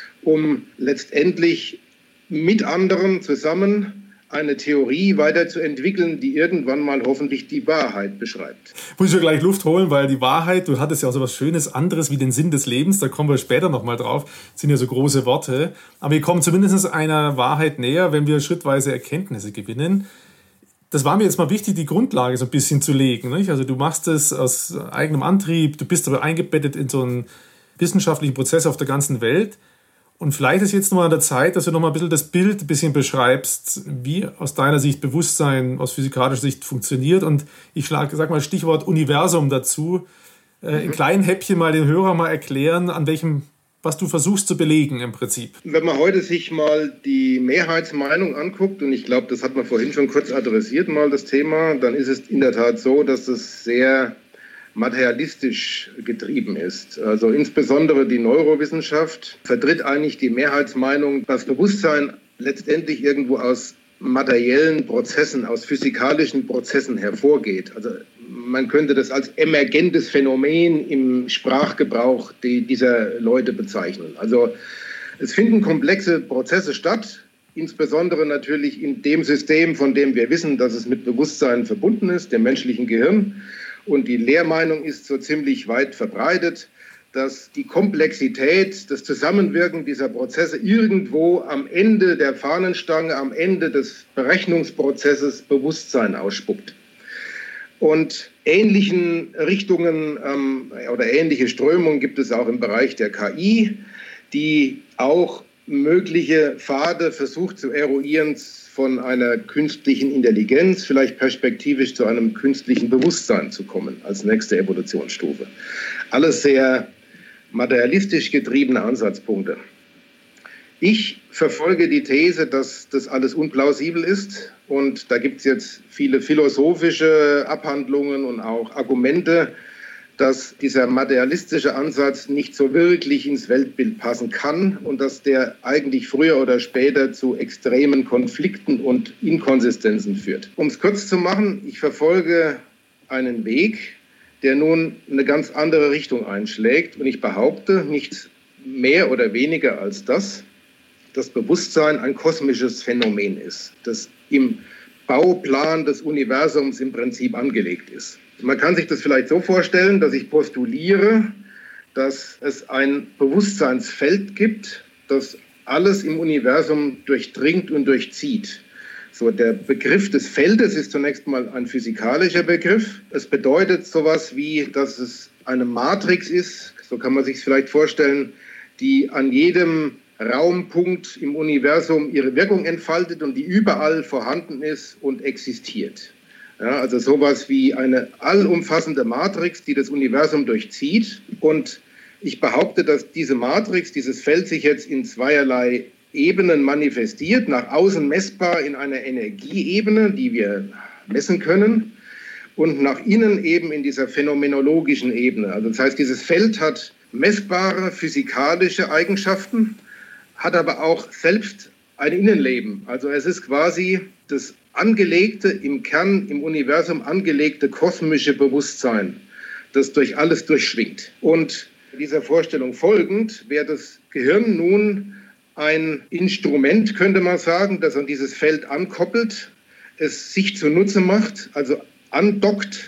Speaker 3: um letztendlich mit anderen zusammen eine Theorie weiterzuentwickeln, die irgendwann mal hoffentlich die Wahrheit beschreibt.
Speaker 2: Muss ich ja gleich Luft holen, weil die Wahrheit, du hattest ja auch so was Schönes anderes wie den Sinn des Lebens, da kommen wir später nochmal drauf, das sind ja so große Worte, aber wir kommen zumindest einer Wahrheit näher, wenn wir schrittweise Erkenntnisse gewinnen. Das war mir jetzt mal wichtig, die Grundlage so ein bisschen zu legen, nicht? Also du machst es aus eigenem Antrieb, du bist aber eingebettet in so einen wissenschaftlichen Prozess auf der ganzen Welt. Und vielleicht ist jetzt noch mal an der Zeit, dass du noch mal ein bisschen das Bild ein bisschen beschreibst, wie aus deiner Sicht Bewusstsein aus physikalischer Sicht funktioniert. Und ich schlage, sag mal, Stichwort Universum dazu. Äh, in kleinen Häppchen mal den Hörer mal erklären, an welchem, was du versuchst zu belegen im Prinzip.
Speaker 3: Wenn man heute sich mal die Mehrheitsmeinung anguckt, und ich glaube, das hat man vorhin schon kurz adressiert, mal das Thema, dann ist es in der Tat so, dass es sehr materialistisch getrieben ist. Also insbesondere die Neurowissenschaft vertritt eigentlich die Mehrheitsmeinung, dass Bewusstsein letztendlich irgendwo aus materiellen Prozessen, aus physikalischen Prozessen hervorgeht. Also man könnte das als emergentes Phänomen im Sprachgebrauch dieser Leute bezeichnen. Also es finden komplexe Prozesse statt, insbesondere natürlich in dem System, von dem wir wissen, dass es mit Bewusstsein verbunden ist, dem menschlichen Gehirn. Und die Lehrmeinung ist so ziemlich weit verbreitet, dass die Komplexität, das Zusammenwirken dieser Prozesse irgendwo am Ende der Fahnenstange, am Ende des Berechnungsprozesses Bewusstsein ausspuckt. Und ähnlichen Richtungen ähm, oder ähnliche Strömungen gibt es auch im Bereich der K I, die auch mögliche Pfade versucht zu eruieren von einer künstlichen Intelligenz, vielleicht perspektivisch zu einem künstlichen Bewusstsein zu kommen, als nächste Evolutionsstufe. Alles sehr materialistisch getriebene Ansatzpunkte. Ich verfolge die These, dass das alles unplausibel ist und da gibt es jetzt viele philosophische Abhandlungen und auch Argumente, dass dieser materialistische Ansatz nicht so wirklich ins Weltbild passen kann und dass der eigentlich früher oder später zu extremen Konflikten und Inkonsistenzen führt. Um es kurz zu machen, ich verfolge einen Weg, der nun eine ganz andere Richtung einschlägt und ich behaupte nicht mehr oder weniger als das, dass Bewusstsein ein kosmisches Phänomen ist, das im Bauplan des Universums im Prinzip angelegt ist. Man kann sich das vielleicht so vorstellen, dass ich postuliere, dass es ein Bewusstseinsfeld gibt, das alles im Universum durchdringt und durchzieht. So, der Begriff des Feldes ist zunächst mal ein physikalischer Begriff. Es bedeutet sowas wie, dass es eine Matrix ist, so kann man sich es vielleicht vorstellen, die an jedem Raumpunkt im Universum ihre Wirkung entfaltet und die überall vorhanden ist und existiert. Ja, also sowas wie eine allumfassende Matrix, die das Universum durchzieht. Und ich behaupte, dass diese Matrix, dieses Feld sich jetzt in zweierlei Ebenen manifestiert, nach außen messbar in einer Energieebene, die wir messen können, und nach innen eben in dieser phänomenologischen Ebene. Also das heißt, dieses Feld hat messbare physikalische Eigenschaften, hat aber auch selbst ein Innenleben. Also es ist quasi das angelegte, im Kern, im Universum angelegte kosmische Bewusstsein, das durch alles durchschwingt. Und dieser Vorstellung folgend wäre das Gehirn nun ein Instrument, könnte man sagen, das an dieses Feld ankoppelt, es sich zunutze macht, also andockt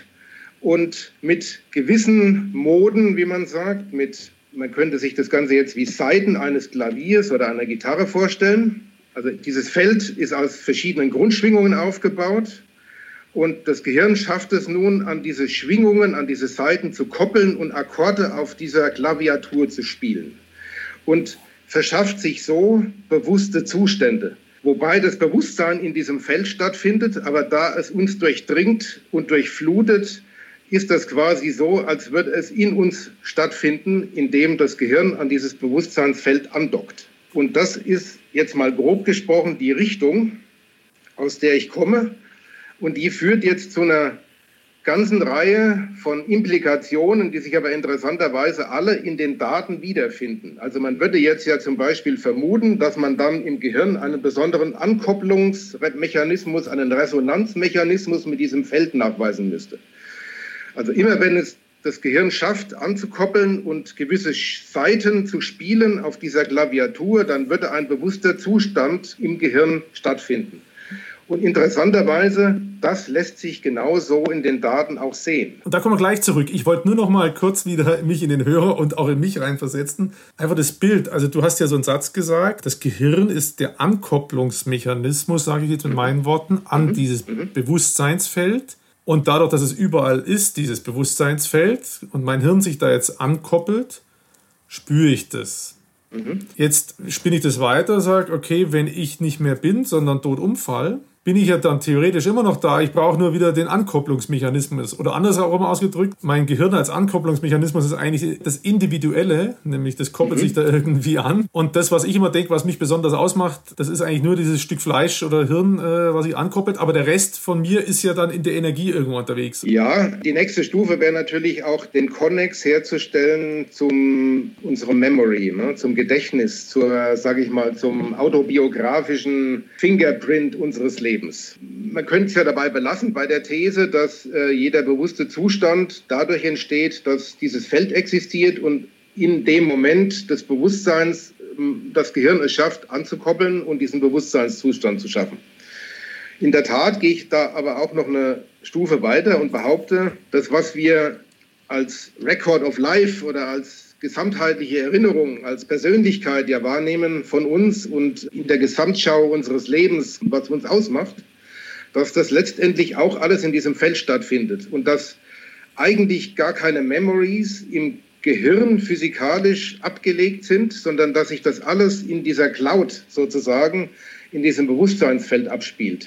Speaker 3: und mit gewissen Moden, wie man sagt, mit, man könnte sich das Ganze jetzt wie Saiten eines Klaviers oder einer Gitarre vorstellen. Also dieses Feld ist aus verschiedenen Grundschwingungen aufgebaut und das Gehirn schafft es nun, an diese Schwingungen, an diese Saiten zu koppeln und Akkorde auf dieser Klaviatur zu spielen und verschafft sich so bewusste Zustände. Wobei das Bewusstsein in diesem Feld stattfindet, aber da es uns durchdringt und durchflutet, ist das quasi so, als würde es in uns stattfinden, indem das Gehirn an dieses Bewusstseinsfeld andockt. Und das ist jetzt mal grob gesprochen die Richtung, aus der ich komme. Und die führt jetzt zu einer ganzen Reihe von Implikationen, die sich aber interessanterweise alle in den Daten wiederfinden. Also man würde jetzt ja zum Beispiel vermuten, dass man dann im Gehirn einen besonderen Ankopplungsmechanismus, einen Resonanzmechanismus mit diesem Feld nachweisen müsste. Also immer wenn es das Gehirn schafft, anzukoppeln und gewisse Saiten zu spielen auf dieser Klaviatur, dann würde ein bewusster Zustand im Gehirn stattfinden. Und interessanterweise, das lässt sich genau so in den Daten auch sehen.
Speaker 2: Und da kommen wir gleich zurück. Ich wollte nur noch mal kurz wieder mich in den Hörer und auch in mich reinversetzen. Einfach das Bild. Also du hast ja so einen Satz gesagt, das Gehirn ist der Ankopplungsmechanismus, sage ich jetzt mit meinen Worten, an mhm. dieses mhm. Bewusstseinsfeld. Und dadurch, dass es überall ist, dieses Bewusstseinsfeld, und mein Hirn sich da jetzt ankoppelt, spüre ich das. Mhm. Jetzt spinne ich das weiter, sage, okay, wenn ich nicht mehr bin, sondern tot umfall, bin ich ja dann theoretisch immer noch da. Ich brauche nur wieder den Ankopplungsmechanismus. Oder anders auch immer ausgedrückt, mein Gehirn als Ankopplungsmechanismus ist eigentlich das Individuelle, nämlich das koppelt mhm. sich da irgendwie an. Und das, was ich immer denke, was mich besonders ausmacht, das ist eigentlich nur dieses Stück Fleisch oder Hirn, äh, was sich ankoppelt. Aber der Rest von mir ist ja dann in der Energie irgendwo unterwegs.
Speaker 3: Ja, die nächste Stufe wäre natürlich auch, den Konnex herzustellen zum unserem Memory, ne, zum Gedächtnis, zur, sage ich mal, zum autobiografischen Fingerprint unseres Lebens. Man könnte es ja dabei belassen, bei der These, dass äh, jeder bewusste Zustand dadurch entsteht, dass dieses Feld existiert und in dem Moment des Bewusstseins äh, das Gehirn es schafft, anzukoppeln und diesen Bewusstseinszustand zu schaffen. In der Tat gehe ich da aber auch noch eine Stufe weiter und behaupte, dass was wir als Record of Life oder als gesamtheitliche Erinnerung, als Persönlichkeit ja wahrnehmen von uns und in der Gesamtschau unseres Lebens, was uns ausmacht, dass das letztendlich auch alles in diesem Feld stattfindet und dass eigentlich gar keine Memories im Gehirn physikalisch abgelegt sind, sondern dass sich das alles in dieser Cloud sozusagen, in diesem Bewusstseinsfeld abspielt.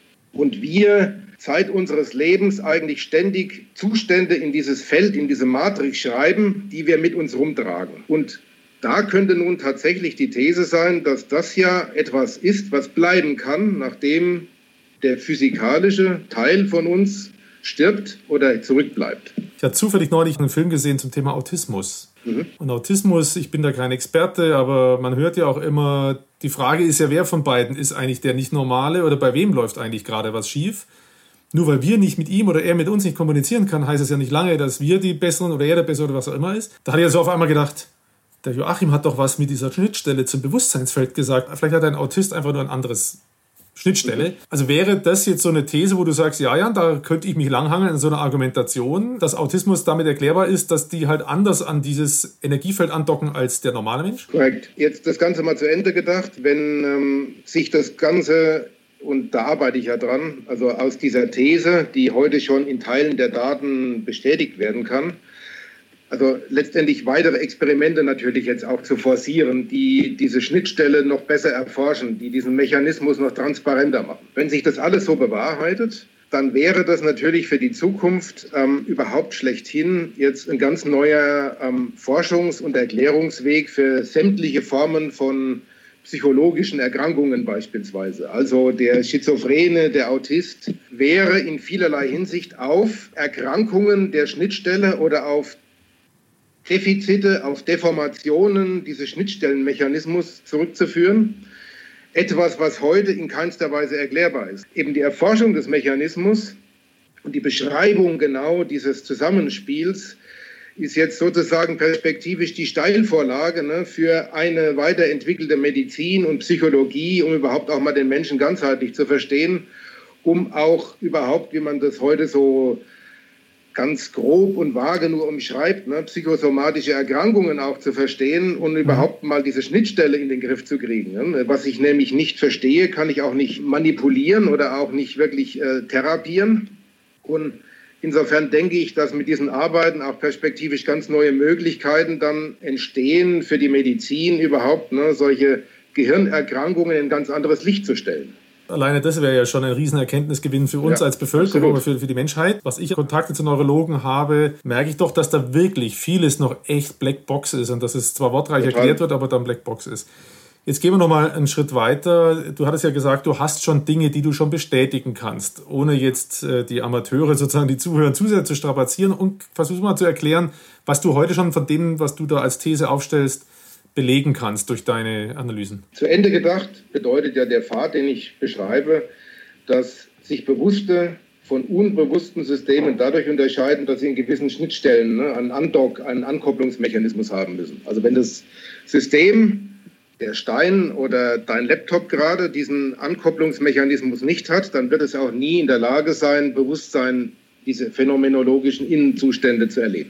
Speaker 3: Und wir Zeit unseres Lebens eigentlich ständig Zustände in dieses Feld, in diese Matrix schreiben, die wir mit uns rumtragen. Und da könnte nun tatsächlich die These sein, dass das ja etwas ist, was bleiben kann, nachdem der physikalische Teil von uns stirbt oder zurückbleibt.
Speaker 2: Ich habe zufällig neulich einen Film gesehen zum Thema Autismus. Mhm. Und Autismus, ich bin da kein Experte, aber man hört ja auch immer, die Frage ist ja, wer von beiden ist eigentlich der Nicht-Normale oder bei wem läuft eigentlich gerade was schief? Nur weil wir nicht mit ihm oder er mit uns nicht kommunizieren kann, heißt es ja nicht lange, dass wir die Besseren oder er der Bessere oder was auch immer ist. Da hatte ich also auf einmal gedacht, der Joachim hat doch was mit dieser Schnittstelle zum Bewusstseinsfeld gesagt. Vielleicht hat ein Autist einfach nur ein anderes Schnittstelle. Also wäre das jetzt so eine These, wo du sagst, ja, ja, da könnte ich mich langhangeln in so einer Argumentation, dass Autismus damit erklärbar ist, dass die halt anders an dieses Energiefeld andocken als der normale Mensch?
Speaker 3: Korrekt. Jetzt das Ganze mal zu Ende gedacht. Wenn ähm, sich das Ganze, und da arbeite ich ja dran, also aus dieser These, die heute schon in Teilen der Daten bestätigt werden kann, also letztendlich weitere Experimente natürlich jetzt auch zu forcieren, die diese Schnittstelle noch besser erforschen, die diesen Mechanismus noch transparenter machen. Wenn sich das alles so bewahrheitet, dann wäre das natürlich für die Zukunft ähm, überhaupt schlechthin jetzt ein ganz neuer ähm, Forschungs- und Erklärungsweg für sämtliche Formen von psychologischen Erkrankungen beispielsweise. Also der Schizophrene, der Autist wäre in vielerlei Hinsicht auf Erkrankungen der Schnittstelle oder auf Defizite, auf Deformationen dieses Schnittstellenmechanismus zurückzuführen. Etwas, was heute in keinster Weise erklärbar ist. Eben die Erforschung des Mechanismus und die Beschreibung genau dieses Zusammenspiels ist jetzt sozusagen perspektivisch die Steilvorlage, ne, für eine weiterentwickelte Medizin und Psychologie, um überhaupt auch mal den Menschen ganzheitlich zu verstehen, um auch überhaupt, wie man das heute so ganz grob und vage nur umschreibt, ne, psychosomatische Erkrankungen auch zu verstehen und überhaupt mal diese Schnittstelle in den Griff zu kriegen. Ne. Was ich nämlich nicht verstehe, kann ich auch nicht manipulieren oder auch nicht wirklich äh, therapieren. Und insofern denke ich, dass mit diesen Arbeiten auch perspektivisch ganz neue Möglichkeiten dann entstehen für die Medizin überhaupt, ne, solche Gehirnerkrankungen in ein ganz anderes Licht zu stellen.
Speaker 2: Alleine das wäre ja schon ein Riesenerkenntnisgewinn für uns ja, als Bevölkerung und für, für die Menschheit. Was ich Kontakte zu Neurologen habe, merke ich doch, dass da wirklich vieles noch echt Blackbox ist und dass es zwar wortreich Total. erklärt wird, aber dann Blackbox ist. Jetzt gehen wir noch mal einen Schritt weiter. Du hattest ja gesagt, du hast schon Dinge, die du schon bestätigen kannst, ohne jetzt äh, die Amateure, sozusagen die Zuhörer, zu sehr zu strapazieren. Und versuch mal zu erklären, was du heute schon von dem, was du da als These aufstellst, belegen kannst durch deine Analysen.
Speaker 3: Zu Ende gedacht bedeutet ja der Pfad, den ich beschreibe, dass sich bewusste von unbewussten Systemen dadurch unterscheiden, dass sie in gewissen Schnittstellen, ne, einen Andock, einen Ankopplungsmechanismus haben müssen. Also wenn das System, der Stein oder dein Laptop gerade diesen Ankopplungsmechanismus nicht hat, dann wird es auch nie in der Lage sein, Bewusstsein, diese phänomenologischen Innenzustände zu erleben.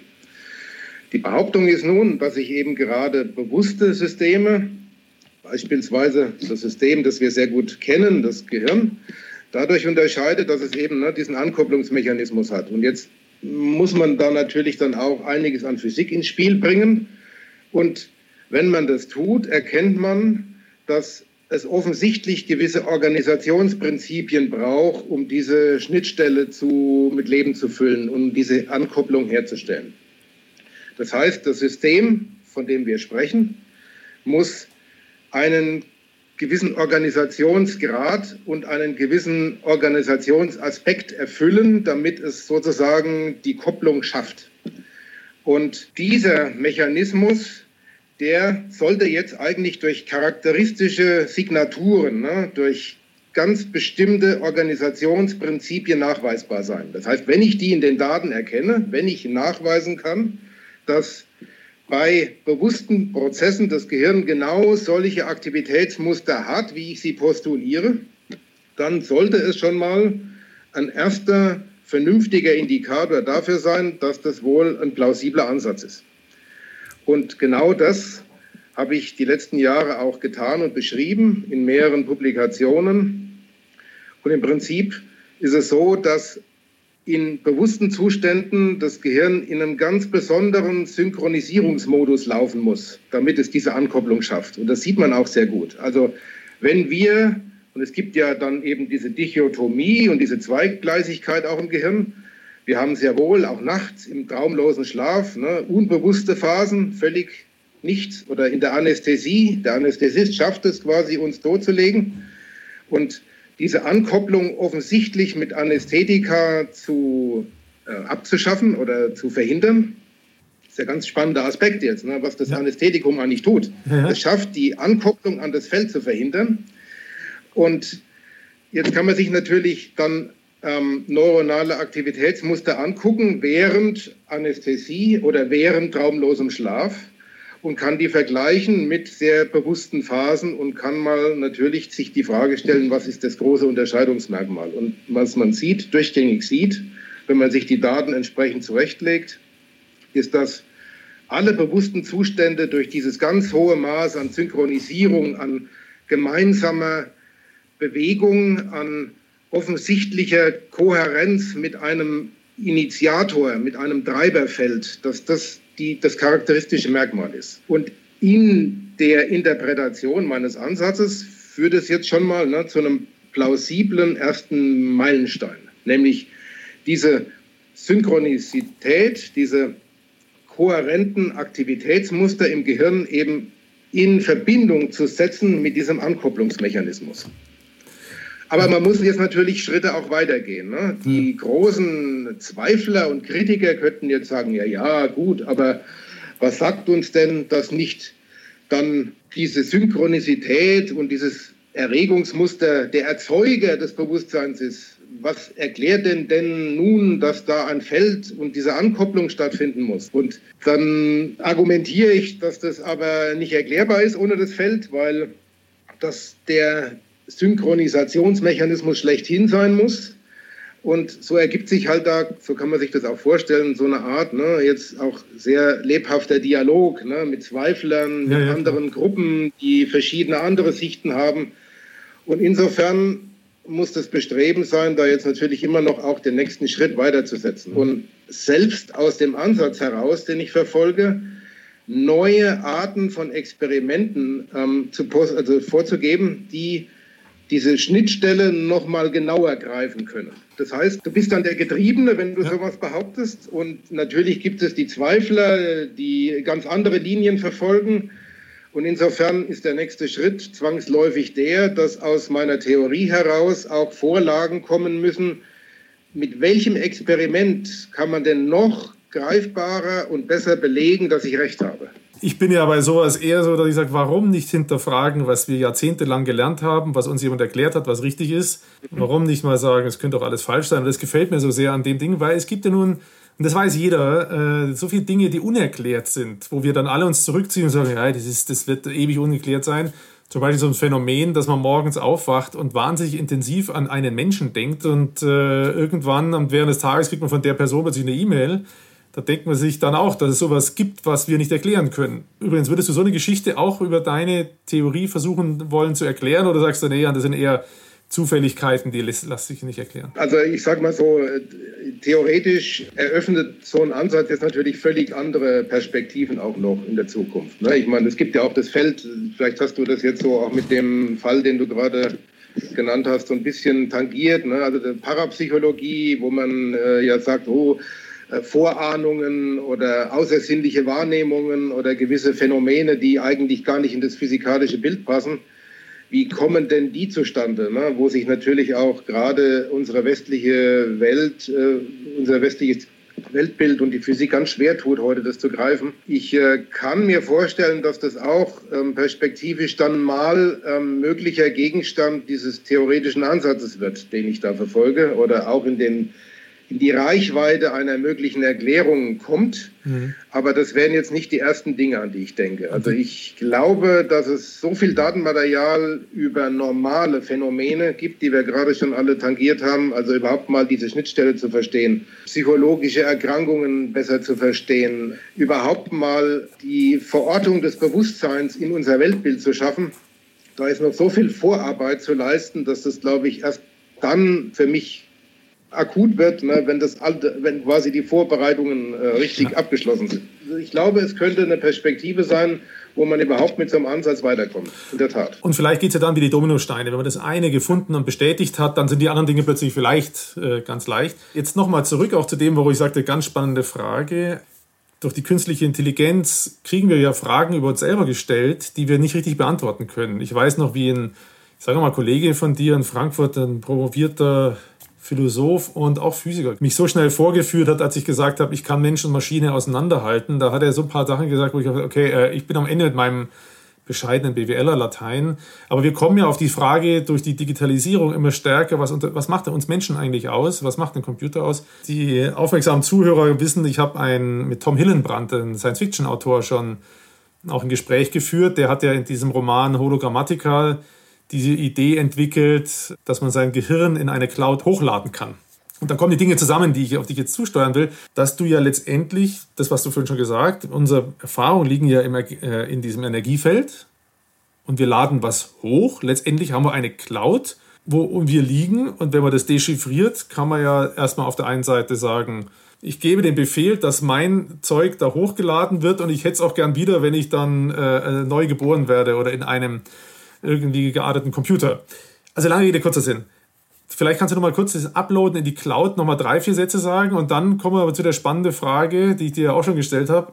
Speaker 3: Die Behauptung ist nun, dass sich eben gerade bewusste Systeme, beispielsweise das System, das wir sehr gut kennen, das Gehirn, dadurch unterscheidet, dass es eben, ne, diesen Ankopplungsmechanismus hat. Und jetzt muss man da natürlich dann auch einiges an Physik ins Spiel bringen. Und wenn man das tut, erkennt man, dass es offensichtlich gewisse Organisationsprinzipien braucht, um diese Schnittstelle zu, mit Leben zu füllen, um diese Ankopplung herzustellen. Das heißt, das System, von dem wir sprechen, muss einen gewissen Organisationsgrad und einen gewissen Organisationsaspekt erfüllen, damit es sozusagen die Kopplung schafft. Und dieser Mechanismus, der sollte jetzt eigentlich durch charakteristische Signaturen, ne, durch ganz bestimmte Organisationsprinzipien nachweisbar sein. Das heißt, wenn ich die in den Daten erkenne, wenn ich nachweisen kann, dass bei bewussten Prozessen das Gehirn genau solche Aktivitätsmuster hat, wie ich sie postuliere, dann sollte es schon mal ein erster vernünftiger Indikator dafür sein, dass das wohl ein plausibler Ansatz ist. Und genau das habe ich die letzten Jahre auch getan und beschrieben in mehreren Publikationen. Und im Prinzip ist es so, dass in bewussten Zuständen das Gehirn in einem ganz besonderen Synchronisierungsmodus laufen muss, damit es diese Ankopplung schafft. Und das sieht man auch sehr gut. Also wenn wir, und es gibt ja dann eben diese Dichotomie und diese Zweigleisigkeit auch im Gehirn, wir haben sehr wohl auch nachts im traumlosen Schlaf, ne, unbewusste Phasen, völlig nichts, oder in der Anästhesie. Der Anästhesist schafft es quasi, uns totzulegen. Und diese Ankopplung offensichtlich mit Anästhetika zu, äh, abzuschaffen oder zu verhindern, ist ja ein ganz spannender Aspekt jetzt, ne, was das ja. Anästhetikum eigentlich tut. Ja. Es schafft, die Ankopplung an das Feld zu verhindern. Und jetzt kann man sich natürlich dann ähm, neuronale Aktivitätsmuster angucken während Anästhesie oder während traumlosem Schlaf und kann die vergleichen mit sehr bewussten Phasen und kann mal natürlich sich die Frage stellen, was ist das große Unterscheidungsmerkmal? Und was man sieht, durchgängig sieht, wenn man sich die Daten entsprechend zurechtlegt, ist, dass alle bewussten Zustände durch dieses ganz hohe Maß an Synchronisierung, an gemeinsamer Bewegung, an offensichtlicher Kohärenz mit einem Initiator, mit einem Treiberfeld, dass das die, das charakteristische Merkmal ist. Und in der Interpretation meines Ansatzes führt es jetzt schon mal, ne, zu einem plausiblen ersten Meilenstein, nämlich diese Synchronizität, diese kohärenten Aktivitätsmuster im Gehirn eben in Verbindung zu setzen mit diesem Ankopplungsmechanismus. Aber man muss jetzt natürlich Schritte auch weitergehen. Ne? Die großen Zweifler und Kritiker könnten jetzt sagen, ja, ja, gut, aber was sagt uns denn, dass nicht dann diese Synchronizität und dieses Erregungsmuster der Erzeuger des Bewusstseins ist? Was erklärt denn denn nun, dass da ein Feld und diese Ankopplung stattfinden muss? Und dann argumentiere ich, dass das aber nicht erklärbar ist ohne das Feld, weil das der Synchronisationsmechanismus schlechthin sein muss. Und so ergibt sich halt da, so kann man sich das auch vorstellen, so eine Art, ne, jetzt auch sehr lebhafter Dialog, ne, mit Zweiflern, mit ja, ja, anderen klar. Gruppen, die verschiedene andere Sichten haben. Und insofern muss das Bestreben sein, da jetzt natürlich immer noch auch den nächsten Schritt weiterzusetzen. Und selbst aus dem Ansatz heraus, den ich verfolge, neue Arten von Experimenten ähm, zu, also vorzugeben, die diese Schnittstelle noch mal genauer greifen können. Das heißt, du bist dann der Getriebene, wenn du ja. sowas behauptest. Und natürlich gibt es die Zweifler, die ganz andere Linien verfolgen. Und insofern ist der nächste Schritt zwangsläufig der, dass aus meiner Theorie heraus auch Vorlagen kommen müssen, mit welchem Experiment kann man denn noch greifbarer und besser belegen, dass ich recht habe.
Speaker 2: Ich bin ja bei sowas eher so, dass ich sage, warum nicht hinterfragen, was wir jahrzehntelang gelernt haben, was uns jemand erklärt hat, was richtig ist. Warum nicht mal sagen, es könnte doch alles falsch sein. Und das gefällt mir so sehr an dem Ding, weil es gibt ja nun, und das weiß jeder, äh, so viele Dinge, die unerklärt sind, wo wir dann alle uns zurückziehen und sagen, ja, das, ist, das wird ewig ungeklärt sein. Zum Beispiel so ein Phänomen, dass man morgens aufwacht und wahnsinnig intensiv an einen Menschen denkt und äh, irgendwann und während des Tages kriegt man von der Person plötzlich eine E-Mail. Da denkt man sich dann auch, dass es sowas gibt, was wir nicht erklären können. Übrigens, würdest du so eine Geschichte auch über deine Theorie versuchen wollen zu erklären oder sagst du, nee, das sind eher Zufälligkeiten, die lass sich nicht erklären?
Speaker 3: Also ich sage mal so, theoretisch eröffnet so ein Ansatz jetzt natürlich völlig andere Perspektiven auch noch in der Zukunft. Ich meine, es gibt ja auch das Feld, vielleicht hast du das jetzt so auch mit dem Fall, den du gerade genannt hast, so ein bisschen tangiert, also die Parapsychologie, wo man ja sagt, oh, Vorahnungen oder außersinnliche Wahrnehmungen oder gewisse Phänomene, die eigentlich gar nicht in das physikalische Bild passen. Wie kommen denn die zustande, ne? Wo sich natürlich auch gerade unsere westliche Welt, äh, unser westliches Weltbild und die Physik ganz schwer tut, heute das zu greifen. Ich äh, kann mir vorstellen, dass das auch ähm, perspektivisch dann mal ähm, möglicher Gegenstand dieses theoretischen Ansatzes wird, den ich da verfolge, oder auch in den in die Reichweite einer möglichen Erklärung kommt. Mhm. Aber das wären jetzt nicht die ersten Dinge, an die ich denke. Also ich glaube, dass es so viel Datenmaterial über normale Phänomene gibt, die wir gerade schon alle tangiert haben. Also überhaupt mal diese Schnittstelle zu verstehen, psychologische Erkrankungen besser zu verstehen, überhaupt mal die Verortung des Bewusstseins in unser Weltbild zu schaffen. Da ist noch so viel Vorarbeit zu leisten, dass das, glaube ich, erst dann für mich akut wird, ne, wenn, das alte, wenn quasi die Vorbereitungen äh, richtig ja. abgeschlossen sind. Also ich glaube, es könnte eine Perspektive sein, wo man überhaupt mit so einem Ansatz weiterkommt. In der Tat. Und vielleicht geht es ja dann wie die Dominosteine. Wenn man das eine gefunden und bestätigt hat, dann sind die anderen Dinge plötzlich vielleicht äh, ganz leicht. Jetzt nochmal zurück auch zu dem, wo ich sagte, ganz spannende Frage. Durch die künstliche Intelligenz kriegen wir ja Fragen über uns selber gestellt, die wir nicht richtig beantworten können. Ich weiß noch, wie ein, ich sage mal, Kollege von dir in Frankfurt, ein promovierter Philosoph und auch Physiker, mich so schnell vorgeführt hat, als ich gesagt habe, ich kann Mensch und Maschine auseinanderhalten. Da hat er so ein paar Sachen gesagt, wo ich dachte, okay, ich bin am Ende mit meinem bescheidenen B W L er-Latein. Aber wir kommen ja auf die Frage durch die Digitalisierung immer stärker, was, was macht denn uns Menschen eigentlich aus? Was macht den Computer aus? Die aufmerksamen Zuhörer wissen, ich habe einen, mit Tom Hillenbrand, einen Science-Fiction-Autor, schon auch ein Gespräch geführt. Der hat ja in diesem Roman Hologrammatica diese Idee entwickelt, dass man sein Gehirn in eine Cloud hochladen kann. Und dann kommen die Dinge zusammen, die ich, auf die ich jetzt zusteuern will, dass du ja letztendlich, das was du vorhin schon gesagt, unsere Erfahrungen liegen ja im, äh, in diesem Energiefeld und wir laden was hoch. Letztendlich haben wir eine Cloud, wo wir liegen, und wenn man das dechiffriert, kann man ja erstmal auf der einen Seite sagen, ich gebe den Befehl, dass mein Zeug da hochgeladen wird und ich hätte es auch gern wieder, wenn ich dann äh, neu geboren werde oder in einem irgendwie gearteten Computer. Also lange Rede, kurzer Sinn. Vielleicht kannst du noch mal kurz das Uploaden in die Cloud noch mal drei, vier Sätze sagen und dann kommen wir aber zu der spannenden Frage, die ich dir auch schon gestellt habe.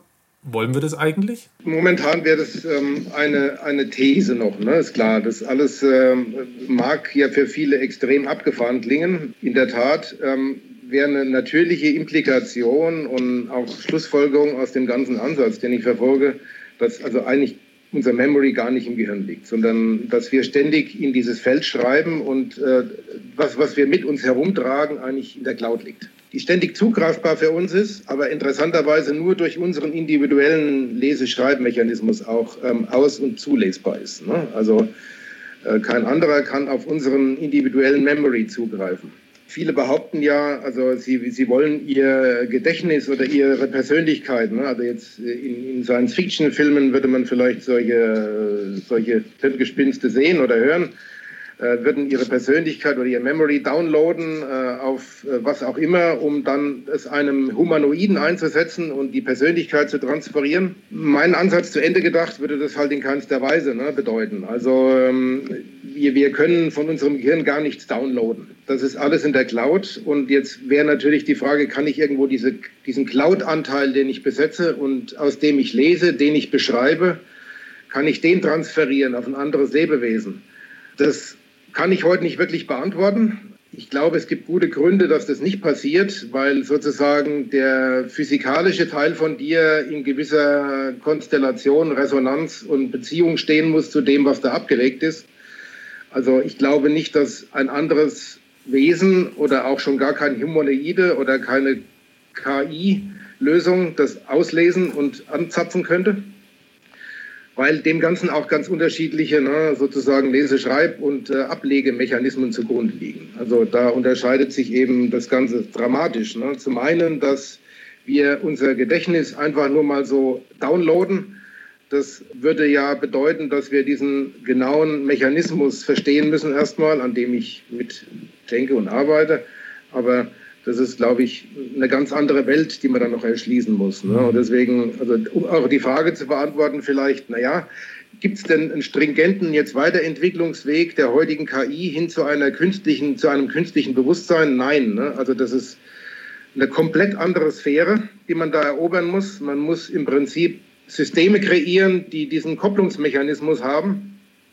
Speaker 2: Wollen wir das eigentlich?
Speaker 3: Momentan wäre das ähm, eine, eine These noch, ne? Ist klar. Das alles ähm, mag ja für viele extrem abgefahren klingen. In der Tat ähm, wäre eine natürliche Implikation und auch Schlussfolgerung aus dem ganzen Ansatz, den ich verfolge, dass also eigentlich unser Memory gar nicht im Gehirn liegt, sondern dass wir ständig in dieses Feld schreiben und äh, was, was wir mit uns herumtragen, eigentlich in der Cloud liegt. Die ständig zugreifbar für uns ist, aber interessanterweise nur durch unseren individuellen Lese-Schreibmechanismus auch ähm, aus- und zulesbar ist. Ne? Also äh, kein anderer kann auf unseren individuellen Memory zugreifen. Viele behaupten ja, also sie, sie wollen ihr Gedächtnis oder ihre Persönlichkeit, ne? Also jetzt in, in Science-Fiction-Filmen würde man vielleicht solche, solche Hirngespinste sehen oder hören, äh, würden ihre Persönlichkeit oder ihr Memory downloaden äh, auf äh, was auch immer, um dann es einem Humanoiden einzusetzen und die Persönlichkeit zu transferieren. Mein Ansatz zu Ende gedacht würde das halt in keinster Weise ne, bedeuten. Also ähm, wir, wir können von unserem Gehirn gar nichts downloaden. Das ist alles in der Cloud und jetzt wäre natürlich die Frage, kann ich irgendwo diese, diesen Cloud-Anteil, den ich besetze und aus dem ich lese, den ich beschreibe, kann ich den transferieren auf ein anderes Lebewesen? Das kann ich heute nicht wirklich beantworten. Ich glaube, es gibt gute Gründe, dass das nicht passiert, weil sozusagen der physikalische Teil von dir in gewisser Konstellation, Resonanz und Beziehung stehen muss zu dem, was da abgelegt ist. Also ich glaube nicht, dass ein anderes Wesen oder auch schon gar kein Humanoide oder keine K I-Lösung das auslesen und anzapfen könnte, weil dem Ganzen auch ganz unterschiedliche ne, sozusagen Lese-, Schreib- und äh, Ablegemechanismen zugrunde liegen. Also da unterscheidet sich eben das Ganze dramatisch. Ne? Zum einen, dass wir unser Gedächtnis einfach nur mal so downloaden. Das würde ja bedeuten, dass wir diesen genauen Mechanismus verstehen müssen erstmal, an dem ich mit denke und arbeite. Aber das ist, glaube ich, eine ganz andere Welt, die man dann noch erschließen muss. Ne? Und deswegen, also um auch die Frage zu beantworten vielleicht, naja, gibt es denn einen stringenten jetzt Weiterentwicklungsweg der heutigen K I hin zu einer künstlichen, zu einem künstlichen Bewusstsein? Nein. Ne? Also das ist eine komplett andere Sphäre, die man da erobern muss. Man muss im Prinzip Systeme kreieren, die diesen Kopplungsmechanismus haben.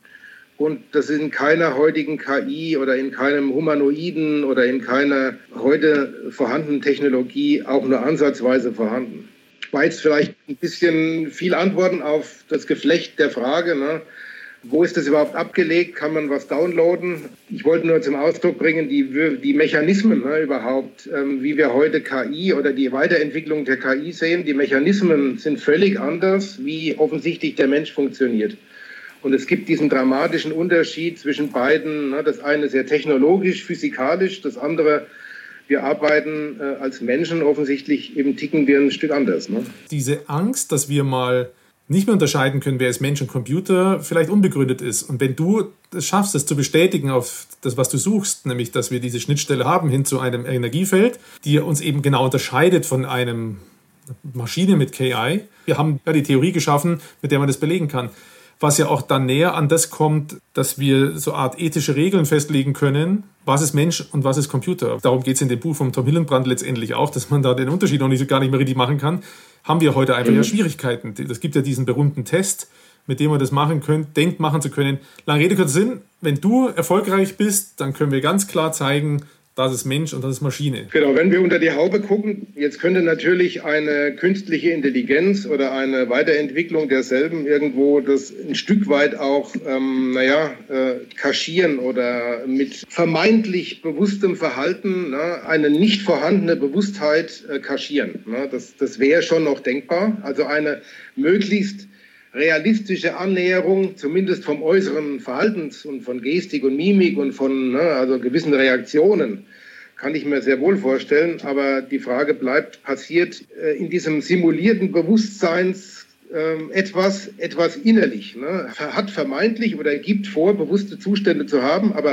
Speaker 3: Und das ist in keiner heutigen K I oder in keinem Humanoiden oder in keiner heute vorhandenen Technologie auch nur ansatzweise vorhanden. Ich war jetzt vielleicht ein bisschen viel Antworten auf das Geflecht der Frage, ne? Wo ist das überhaupt abgelegt? Kann man was downloaden? Ich wollte nur zum Ausdruck bringen, die, die Mechanismen ne, überhaupt, ähm, wie wir heute K I oder die Weiterentwicklung der K I sehen. Die Mechanismen sind völlig anders, wie offensichtlich der Mensch funktioniert. Und es gibt diesen dramatischen Unterschied zwischen beiden. Ne, das eine sehr technologisch, physikalisch, das andere, wir arbeiten äh, als Menschen offensichtlich, eben ticken wir ein Stück anders. Ne?
Speaker 2: Diese Angst, dass wir mal nicht mehr unterscheiden können, wer ist Mensch und Computer, vielleicht unbegründet ist. Und wenn du es schaffst, das zu bestätigen auf das, was du suchst, nämlich, dass wir diese Schnittstelle haben hin zu einem Energiefeld, die uns eben genau unterscheidet von einem Maschine mit K I. Wir haben ja die Theorie geschaffen, mit der man das belegen kann. Was ja auch dann näher an das kommt, dass wir so eine Art ethische Regeln festlegen können, was ist Mensch und was ist Computer. Darum geht es in dem Buch von Tom Hillenbrand letztendlich auch, dass man da den Unterschied noch nicht, gar nicht mehr richtig machen kann. Haben wir heute einfach mhm. ja Schwierigkeiten. Es gibt ja diesen berühmten Test, mit dem man das machen können, denkt machen zu können. Lange Rede, kurzer Sinn, wenn du erfolgreich bist, dann können wir ganz klar zeigen, das ist Mensch und das ist Maschine.
Speaker 3: Genau, wenn wir unter die Haube gucken, jetzt könnte natürlich eine künstliche Intelligenz oder eine Weiterentwicklung derselben irgendwo das ein Stück weit auch, ähm, naja, äh, kaschieren oder mit vermeintlich bewusstem Verhalten ne, eine nicht vorhandene Bewusstheit äh, kaschieren. Ne? Das, das wäre schon noch denkbar. Also eine möglichst realistische Annäherung, zumindest vom äußeren Verhaltens und von Gestik und Mimik und von ne, also gewissen Reaktionen, kann ich mir sehr wohl vorstellen. Aber die Frage bleibt, passiert äh, in diesem simulierten Bewusstseins äh, etwas, etwas innerlich? Ne? Hat vermeintlich oder gibt vor, bewusste Zustände zu haben, aber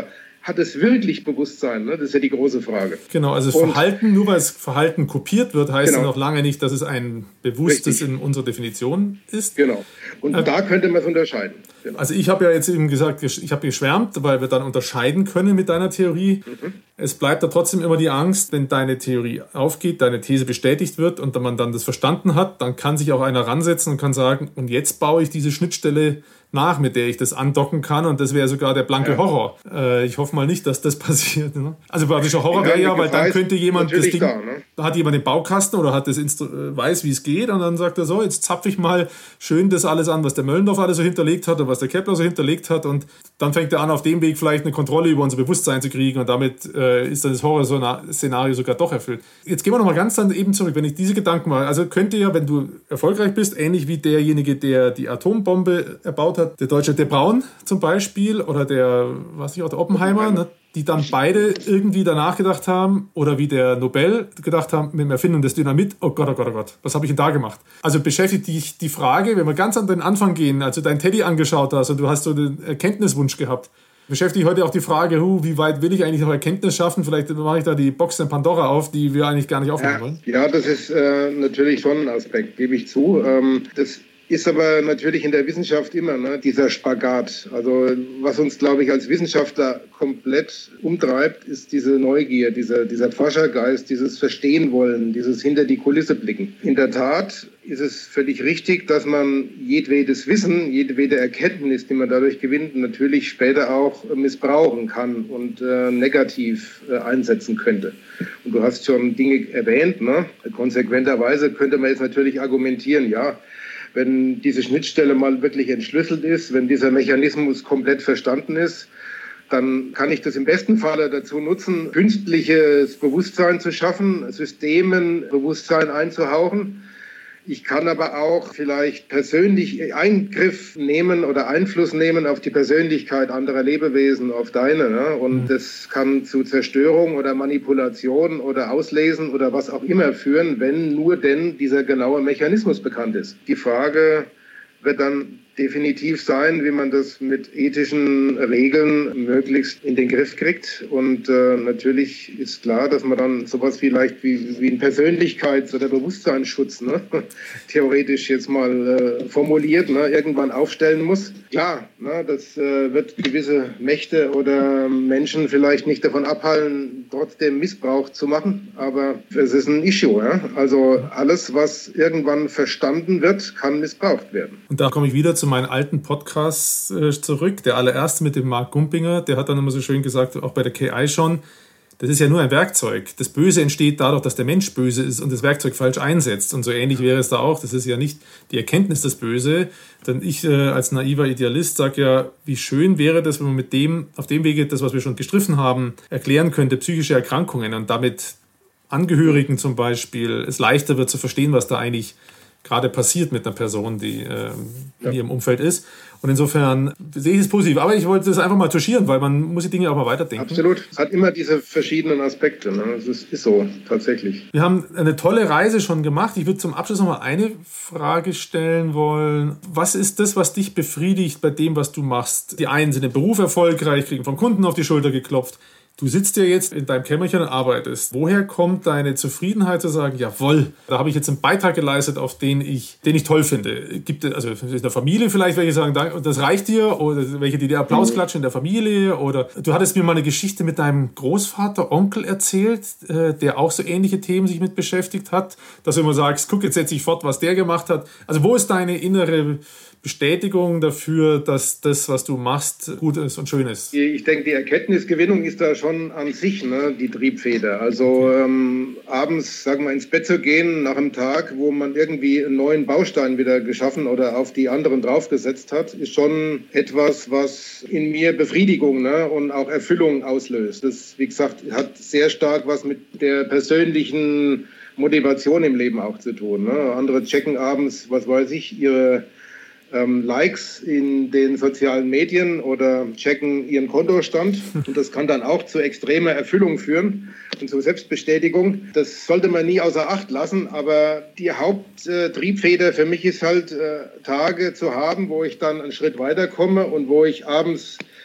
Speaker 3: hat es wirklich Bewusstsein? Ne? Das ist ja die große Frage.
Speaker 2: Genau, also das
Speaker 3: Und,
Speaker 2: Verhalten, nur weil es Verhalten kopiert wird, heißt
Speaker 3: genau.
Speaker 2: ja noch lange nicht, dass es ein bewusstes Richtig. In unserer Definition ist.
Speaker 3: Genau. Und äh, da könnte man es unterscheiden. Genau.
Speaker 2: Also ich habe ja jetzt eben gesagt, ich habe geschwärmt, weil wir dann unterscheiden können mit deiner Theorie. Mhm. Es bleibt da trotzdem immer die Angst, wenn deine Theorie aufgeht, deine These bestätigt wird und man dann das verstanden hat, dann kann sich auch einer ransetzen und kann sagen, und jetzt baue ich diese Schnittstelle nach, mit der ich das andocken kann, und das wäre sogar der blanke ja. Horror. Äh, ich hoffe mal nicht, dass das passiert. Ne? Also praktischer Horror wäre ja, weil dann könnte jemand das Ding, da, ne? da hat jemand den Baukasten oder hat das Instru- weiß, wie es geht, und dann sagt er so, jetzt zapfe ich mal schön das alles an, was der Möllendorf alles so hinterlegt hat und was der Kepler so hinterlegt hat, und dann fängt er an, auf dem Weg vielleicht eine Kontrolle über unser Bewusstsein zu kriegen, und damit äh, ist dann das Horrorszenario sogar doch erfüllt. Jetzt gehen wir nochmal ganz dann eben zurück, wenn ich diese Gedanken mache. Also könnte ja, wenn du erfolgreich bist, ähnlich wie derjenige, der die Atombombe erbaut hat, der Deutsche, der Braun zum Beispiel, oder der, was ich auch, der Oppenheimer, ne, die dann beide irgendwie danach gedacht haben, oder wie der Nobel gedacht haben, mit dem Erfinden des Dynamit, oh Gott, oh Gott, oh Gott, was habe ich denn da gemacht? Also beschäftigt dich die Frage, wenn wir ganz an den Anfang gehen, als du deinen Teddy angeschaut hast und du hast so den Erkenntniswunsch gehabt, beschäftigt heute auch die Frage, hu, wie weit will ich eigentlich noch Erkenntnis schaffen? Vielleicht mache ich da die Box in Pandora auf, die wir eigentlich gar nicht aufmachen
Speaker 3: ja,
Speaker 2: wollen.
Speaker 3: Ja, das ist äh, natürlich schon ein Aspekt, gebe ich zu. Ähm, das ist aber natürlich in der Wissenschaft immer, ne, dieser Spagat. Also was uns, glaube ich, als Wissenschaftler komplett umtreibt, ist diese Neugier, dieser, dieser Forschergeist, dieses Verstehen wollen, dieses hinter die Kulisse blicken. In der Tat ist es völlig richtig, dass man jedwedes Wissen, jedwede Erkenntnis, die man dadurch gewinnt, natürlich später auch missbrauchen kann und äh, negativ äh, einsetzen könnte. Und du hast schon Dinge erwähnt, ne? Konsequenterweise könnte man jetzt natürlich argumentieren, ja, wenn diese Schnittstelle mal wirklich entschlüsselt ist, wenn dieser Mechanismus komplett verstanden ist, dann kann ich das im besten Falle dazu nutzen, künstliches Bewusstsein zu schaffen, Systemen Bewusstsein einzuhauchen. Ich kann aber auch vielleicht persönlich Eingriff nehmen oder Einfluss nehmen auf die Persönlichkeit anderer Lebewesen, auf deine. Ne? Und das kann zu Zerstörung oder Manipulation oder Auslesen oder was auch immer führen, wenn nur denn dieser genaue Mechanismus bekannt ist. Die Frage wird dann definitiv sein, wie man das mit ethischen Regeln möglichst in den Griff kriegt. Und äh, natürlich ist klar, dass man dann sowas vielleicht wie, wie ein Persönlichkeits- oder Bewusstseinsschutz, ne, theoretisch jetzt mal äh, formuliert, ne, irgendwann aufstellen muss. Klar, ne, das äh, wird gewisse Mächte oder Menschen vielleicht nicht davon abhalten, trotzdem Missbrauch zu machen. Aber es ist ein Issue. Ja? Also alles, was irgendwann verstanden wird, kann missbraucht werden.
Speaker 2: Und da komme ich wieder zu meinen alten Podcasts äh, zurück. Der allererste mit dem Marc Gumpinger, der hat dann immer so schön gesagt, auch bei der K I schon, das ist ja nur ein Werkzeug. Das Böse entsteht dadurch, dass der Mensch böse ist und das Werkzeug falsch einsetzt. Und so ähnlich wäre es da auch. Das ist ja nicht die Erkenntnis das Böse. Denn ich äh, als naiver Idealist sage ja, wie schön wäre das, wenn man mit dem, auf dem Wege, das, was wir schon gestriffen haben, erklären könnte, psychische Erkrankungen und damit Angehörigen zum Beispiel, es leichter wird zu verstehen, was da eigentlich gerade passiert mit einer Person, die äh, in ja. ihrem Umfeld ist. Und insofern sehe ich es positiv. Aber ich wollte das einfach mal touchieren, weil man muss die Dinge auch mal weiterdenken.
Speaker 3: Absolut. Es hat immer diese verschiedenen Aspekte. Ne? Es ist, ist so, tatsächlich.
Speaker 2: Wir haben eine tolle Reise schon gemacht. Ich würde zum Abschluss noch mal eine Frage stellen wollen. Was ist das, was dich befriedigt bei dem, was du machst? Die einen sind im Beruf erfolgreich, kriegen vom Kunden auf die Schulter geklopft. Du sitzt ja jetzt in deinem Kämmerchen und arbeitest. Woher kommt deine Zufriedenheit zu sagen, jawohl, da habe ich jetzt einen Beitrag geleistet, auf den ich, den ich toll finde? Gibt es, also in der Familie vielleicht, welche sagen, das reicht dir? Oder welche, die dir Applaus klatschen in der Familie? Oder du hattest mir mal eine Geschichte mit deinem Großvater, Onkel erzählt, der auch so ähnliche Themen sich mit beschäftigt hat, dass du immer sagst, guck, jetzt setze ich fort, was der gemacht hat. Also wo ist deine innere Bestätigung dafür, dass das, was du machst, gut ist und schön ist?
Speaker 3: Ich denke, die Erkenntnisgewinnung ist da schon an sich, ne, die Triebfeder. Also ähm, abends, sagen wir, ins Bett zu gehen nach einem Tag, wo man irgendwie einen neuen Baustein wieder geschaffen oder auf die anderen draufgesetzt hat, ist schon etwas, was in mir Befriedigung, ne, und auch Erfüllung auslöst. Das, wie gesagt, hat sehr stark was mit der persönlichen Motivation im Leben auch zu tun. Ne? Andere checken abends, was weiß ich, ihre Ähm, Likes in den sozialen Medien oder checken ihren Kontostand. Und das kann dann auch zu extremer Erfüllung führen und zu Selbstbestätigung. Das sollte man nie außer Acht lassen. Aber die Haupttriebfeder für mich ist halt, äh, Tage zu haben, wo ich dann einen Schritt weiterkomme und wo ich abends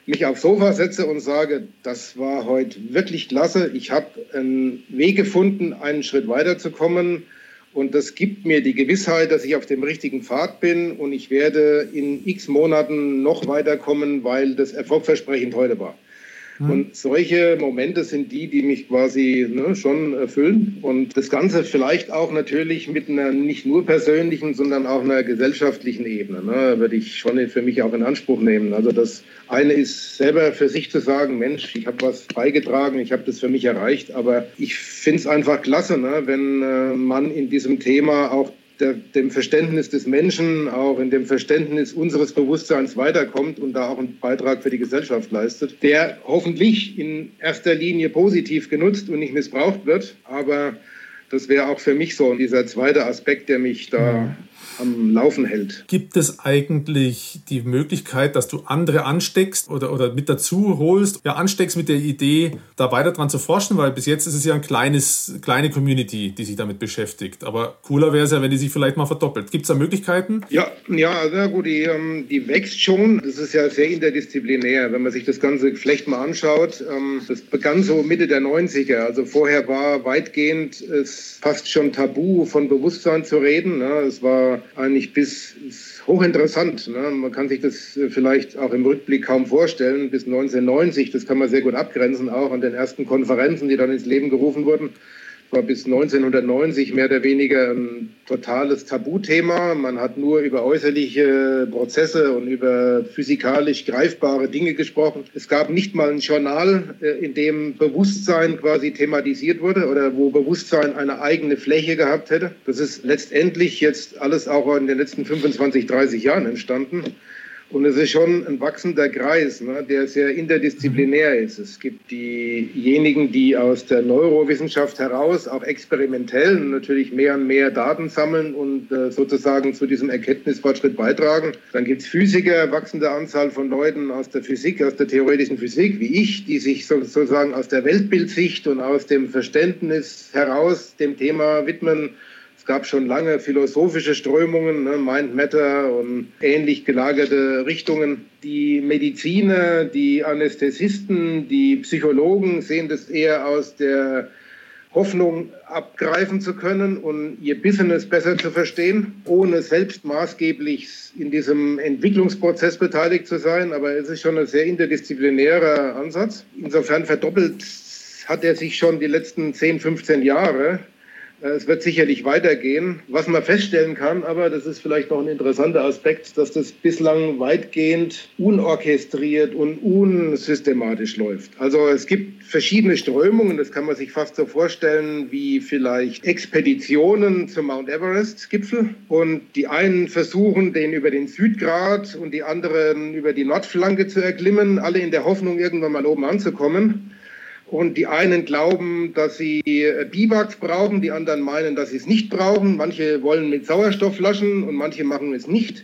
Speaker 3: mich aufs Sofa setze und sage, das war heute wirklich klasse. Ich habe einen Weg gefunden, einen Schritt weiterzukommen. Und das gibt mir die Gewissheit, dass ich auf dem richtigen Pfad bin und ich werde in x Monaten noch weiterkommen, weil das erfolgversprechend heute war. Mhm. Und solche Momente sind die, die mich quasi ne, schon erfüllen. Und das Ganze vielleicht auch natürlich mit einer nicht nur persönlichen, sondern auch einer gesellschaftlichen Ebene. Ne, würde ich schon für mich auch in Anspruch nehmen. Also das eine ist selber für sich zu sagen, Mensch, ich habe was beigetragen, ich habe das für mich erreicht. Aber ich finde es einfach klasse, ne, wenn äh, man in diesem Thema auch Der, dem Verständnis des Menschen, auch in dem Verständnis unseres Bewusstseins weiterkommt und da auch einen Beitrag für die Gesellschaft leistet, der hoffentlich in erster Linie positiv genutzt und nicht missbraucht wird. Aber das wäre auch für mich so dieser zweite Aspekt, der mich da am Laufen hält.
Speaker 2: Gibt es eigentlich die Möglichkeit, dass du andere ansteckst oder, oder mit dazu holst, ja, ansteckst mit der Idee, da weiter dran zu forschen? Weil bis jetzt ist es ja ein kleines, kleine Community, die sich damit beschäftigt. Aber cooler wäre es ja, wenn die sich vielleicht mal verdoppelt. Gibt es da Möglichkeiten?
Speaker 3: Ja, ja, na gut, die, die wächst schon. Das ist ja sehr interdisziplinär. Wenn man sich das ganze Geflecht mal anschaut, das begann so Mitte der neunziger. Also vorher war weitgehend es fast schon tabu, von Bewusstsein zu reden. Es war eigentlich bis hochinteressant. Ne? Man kann sich das vielleicht auch im Rückblick kaum vorstellen. Bis neunzehnhundertneunzig, das kann man sehr gut abgrenzen, auch an den ersten Konferenzen, die dann ins Leben gerufen wurden. War bis neunzehnhundertneunzig mehr oder weniger ein totales Tabuthema. Man hat nur über äußerliche Prozesse und über physikalisch greifbare Dinge gesprochen. Es gab nicht mal ein Journal, in dem Bewusstsein quasi thematisiert wurde oder wo Bewusstsein eine eigene Fläche gehabt hätte. Das ist letztendlich jetzt alles auch in den letzten fünfundzwanzig, dreißig Jahren entstanden. Und es ist schon ein wachsender Kreis, ne, der sehr interdisziplinär ist. Es gibt diejenigen, die aus der Neurowissenschaft heraus auch experimentell natürlich mehr und mehr Daten sammeln und äh, sozusagen zu diesem Erkenntnisfortschritt beitragen. Dann gibt es Physiker, wachsende Anzahl von Leuten aus der Physik, aus der theoretischen Physik, wie ich, die sich sozusagen aus der Weltbildsicht und aus dem Verständnis heraus dem Thema widmen. Es gab schon lange philosophische Strömungen, ne, Mind Matter und ähnlich gelagerte Richtungen. Die Mediziner, die Anästhesisten, die Psychologen sehen das eher aus der Hoffnung, abgreifen zu können und ihr Business besser zu verstehen, ohne selbst maßgeblich in diesem Entwicklungsprozess beteiligt zu sein. Aber es ist schon ein sehr interdisziplinärer Ansatz. Insofern verdoppelt hat er sich schon die letzten zehn, fünfzehn Jahre. Es wird sicherlich weitergehen. Was man feststellen kann, aber das ist vielleicht noch ein interessanter Aspekt, dass das bislang weitgehend unorchestriert und unsystematisch läuft. Also es gibt verschiedene Strömungen, das kann man sich fast so vorstellen wie vielleicht Expeditionen zum Mount Everest-Gipfel. Und die einen versuchen, den über den Südgrat und die anderen über die Nordflanke zu erklimmen, alle in der Hoffnung, irgendwann mal oben anzukommen. Und die einen glauben, dass sie Biwaks brauchen, die anderen meinen, dass sie es nicht brauchen. Manche wollen mit Sauerstoffflaschen und manche machen es nicht.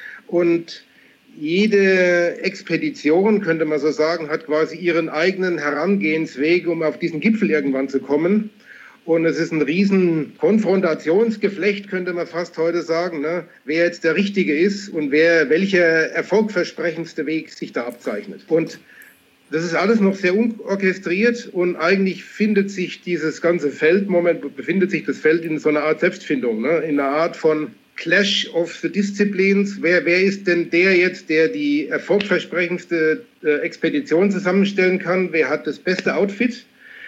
Speaker 3: Und jede Expedition, könnte man so sagen, hat quasi ihren eigenen Herangehensweg, um auf diesen Gipfel irgendwann zu kommen. Und es ist ein riesen Konfrontationsgeflecht, könnte man fast heute sagen, ne? Wer jetzt der Richtige ist und wer welcher erfolgversprechendste Weg sich da abzeichnet. Und das ist alles noch sehr unorchestriert und eigentlich findet sich dieses ganze Feld, moment befindet sich das Feld in so einer Art Selbstfindung, ne? In einer Art von Clash of the Disciplines. Wer, wer ist denn der jetzt, der die erfolgversprechendste äh, Expedition zusammenstellen kann? Wer hat das beste Outfit?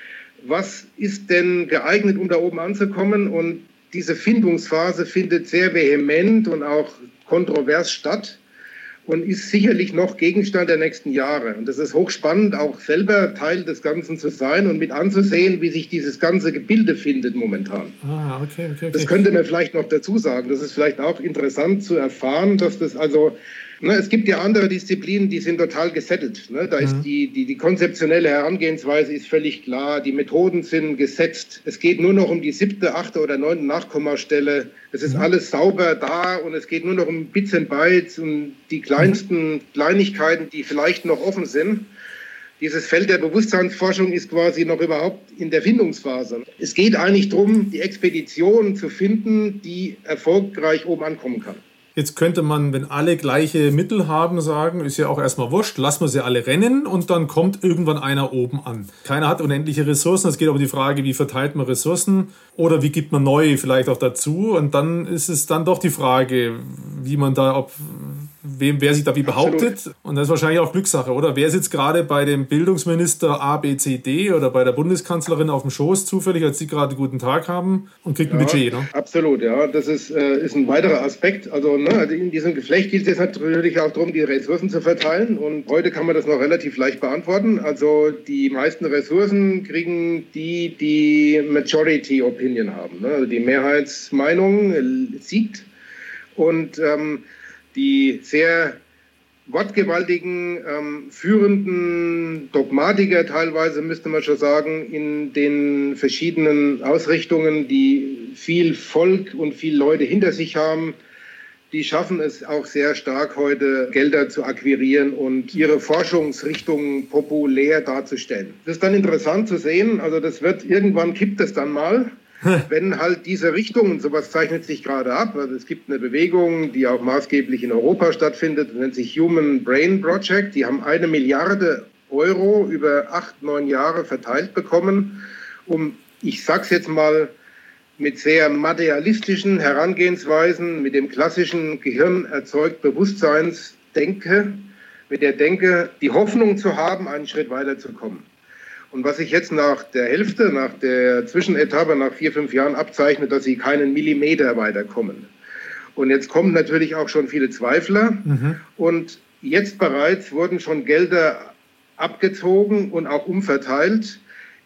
Speaker 3: Was ist denn geeignet, um da oben anzukommen? Und diese Findungsphase findet sehr vehement und auch kontrovers statt. Und ist sicherlich noch Gegenstand der nächsten Jahre. Und das ist hochspannend, auch selber Teil des Ganzen zu sein und mit anzusehen, wie sich dieses ganze Gebilde findet momentan. Ah, okay, okay, okay. Das könnte man vielleicht noch dazu sagen. Das ist vielleicht auch interessant zu erfahren, dass das also, ne, es gibt ja andere Disziplinen, die sind total gesettelt. Ne? Da ist mhm. die, die, die konzeptionelle Herangehensweise ist völlig klar, die Methoden sind gesetzt. Es geht nur noch um die siebte, achte oder neunte Nachkommastelle. Es ist mhm. alles sauber da und es geht nur noch um Bits and Bytes und die kleinsten mhm. Kleinigkeiten, die vielleicht noch offen sind. Dieses Feld der Bewusstseinsforschung ist quasi noch überhaupt in der Findungsphase. Es geht eigentlich darum, die Expedition zu finden, die erfolgreich oben ankommen kann.
Speaker 2: Jetzt könnte man, wenn alle gleiche Mittel haben, sagen, ist ja auch erstmal wurscht, lassen wir sie alle rennen und dann kommt irgendwann einer oben an. Keiner hat unendliche Ressourcen, es geht aber um die Frage, wie verteilt man Ressourcen oder wie gibt man neue vielleicht auch dazu und dann ist es dann doch die Frage, wie man da, ob wem, wer sich da wie behauptet. Absolut. Und das ist wahrscheinlich auch Glückssache, oder? Wer sitzt gerade bei dem Bildungsminister A, B, C, D oder bei der Bundeskanzlerin auf dem Schoß zufällig, als sie gerade guten Tag haben und kriegt ein ja, Budget, ne?
Speaker 3: Absolut, ja. Das ist, äh, ist ein weiterer Aspekt. Also, ne, also in diesem Geflecht geht es jetzt natürlich auch darum, die Ressourcen zu verteilen. Und heute kann man das noch relativ leicht beantworten. Also die meisten Ressourcen kriegen die, die Majority Opinion haben. Ne? Also die Mehrheitsmeinung siegt. Und ähm, die sehr wortgewaltigen, ähm, führenden Dogmatiker teilweise, müsste man schon sagen, in den verschiedenen Ausrichtungen, die viel Volk und viele Leute hinter sich haben, die schaffen es auch sehr stark heute, Gelder zu akquirieren und ihre Forschungsrichtungen populär darzustellen. Das ist dann interessant zu sehen, also das wird, irgendwann kippt es dann mal, wenn halt diese Richtungen, sowas zeichnet sich gerade ab, also es gibt eine Bewegung, die auch maßgeblich in Europa stattfindet, nennt sich Human Brain Project, die haben eine Milliarde Euro über acht, neun Jahre verteilt bekommen, um, ich sag's jetzt mal, mit sehr materialistischen Herangehensweisen, mit dem klassischen Gehirn erzeugt Bewusstseinsdenke, mit der Denke, die Hoffnung zu haben, einen Schritt weiterzukommen. Und was sich jetzt nach der Hälfte, nach der Zwischenetappe, nach vier, fünf Jahren abzeichnet, dass sie keinen Millimeter weiterkommen. Und jetzt kommen natürlich auch schon viele Zweifler. Mhm. Und jetzt bereits wurden schon Gelder abgezogen und auch umverteilt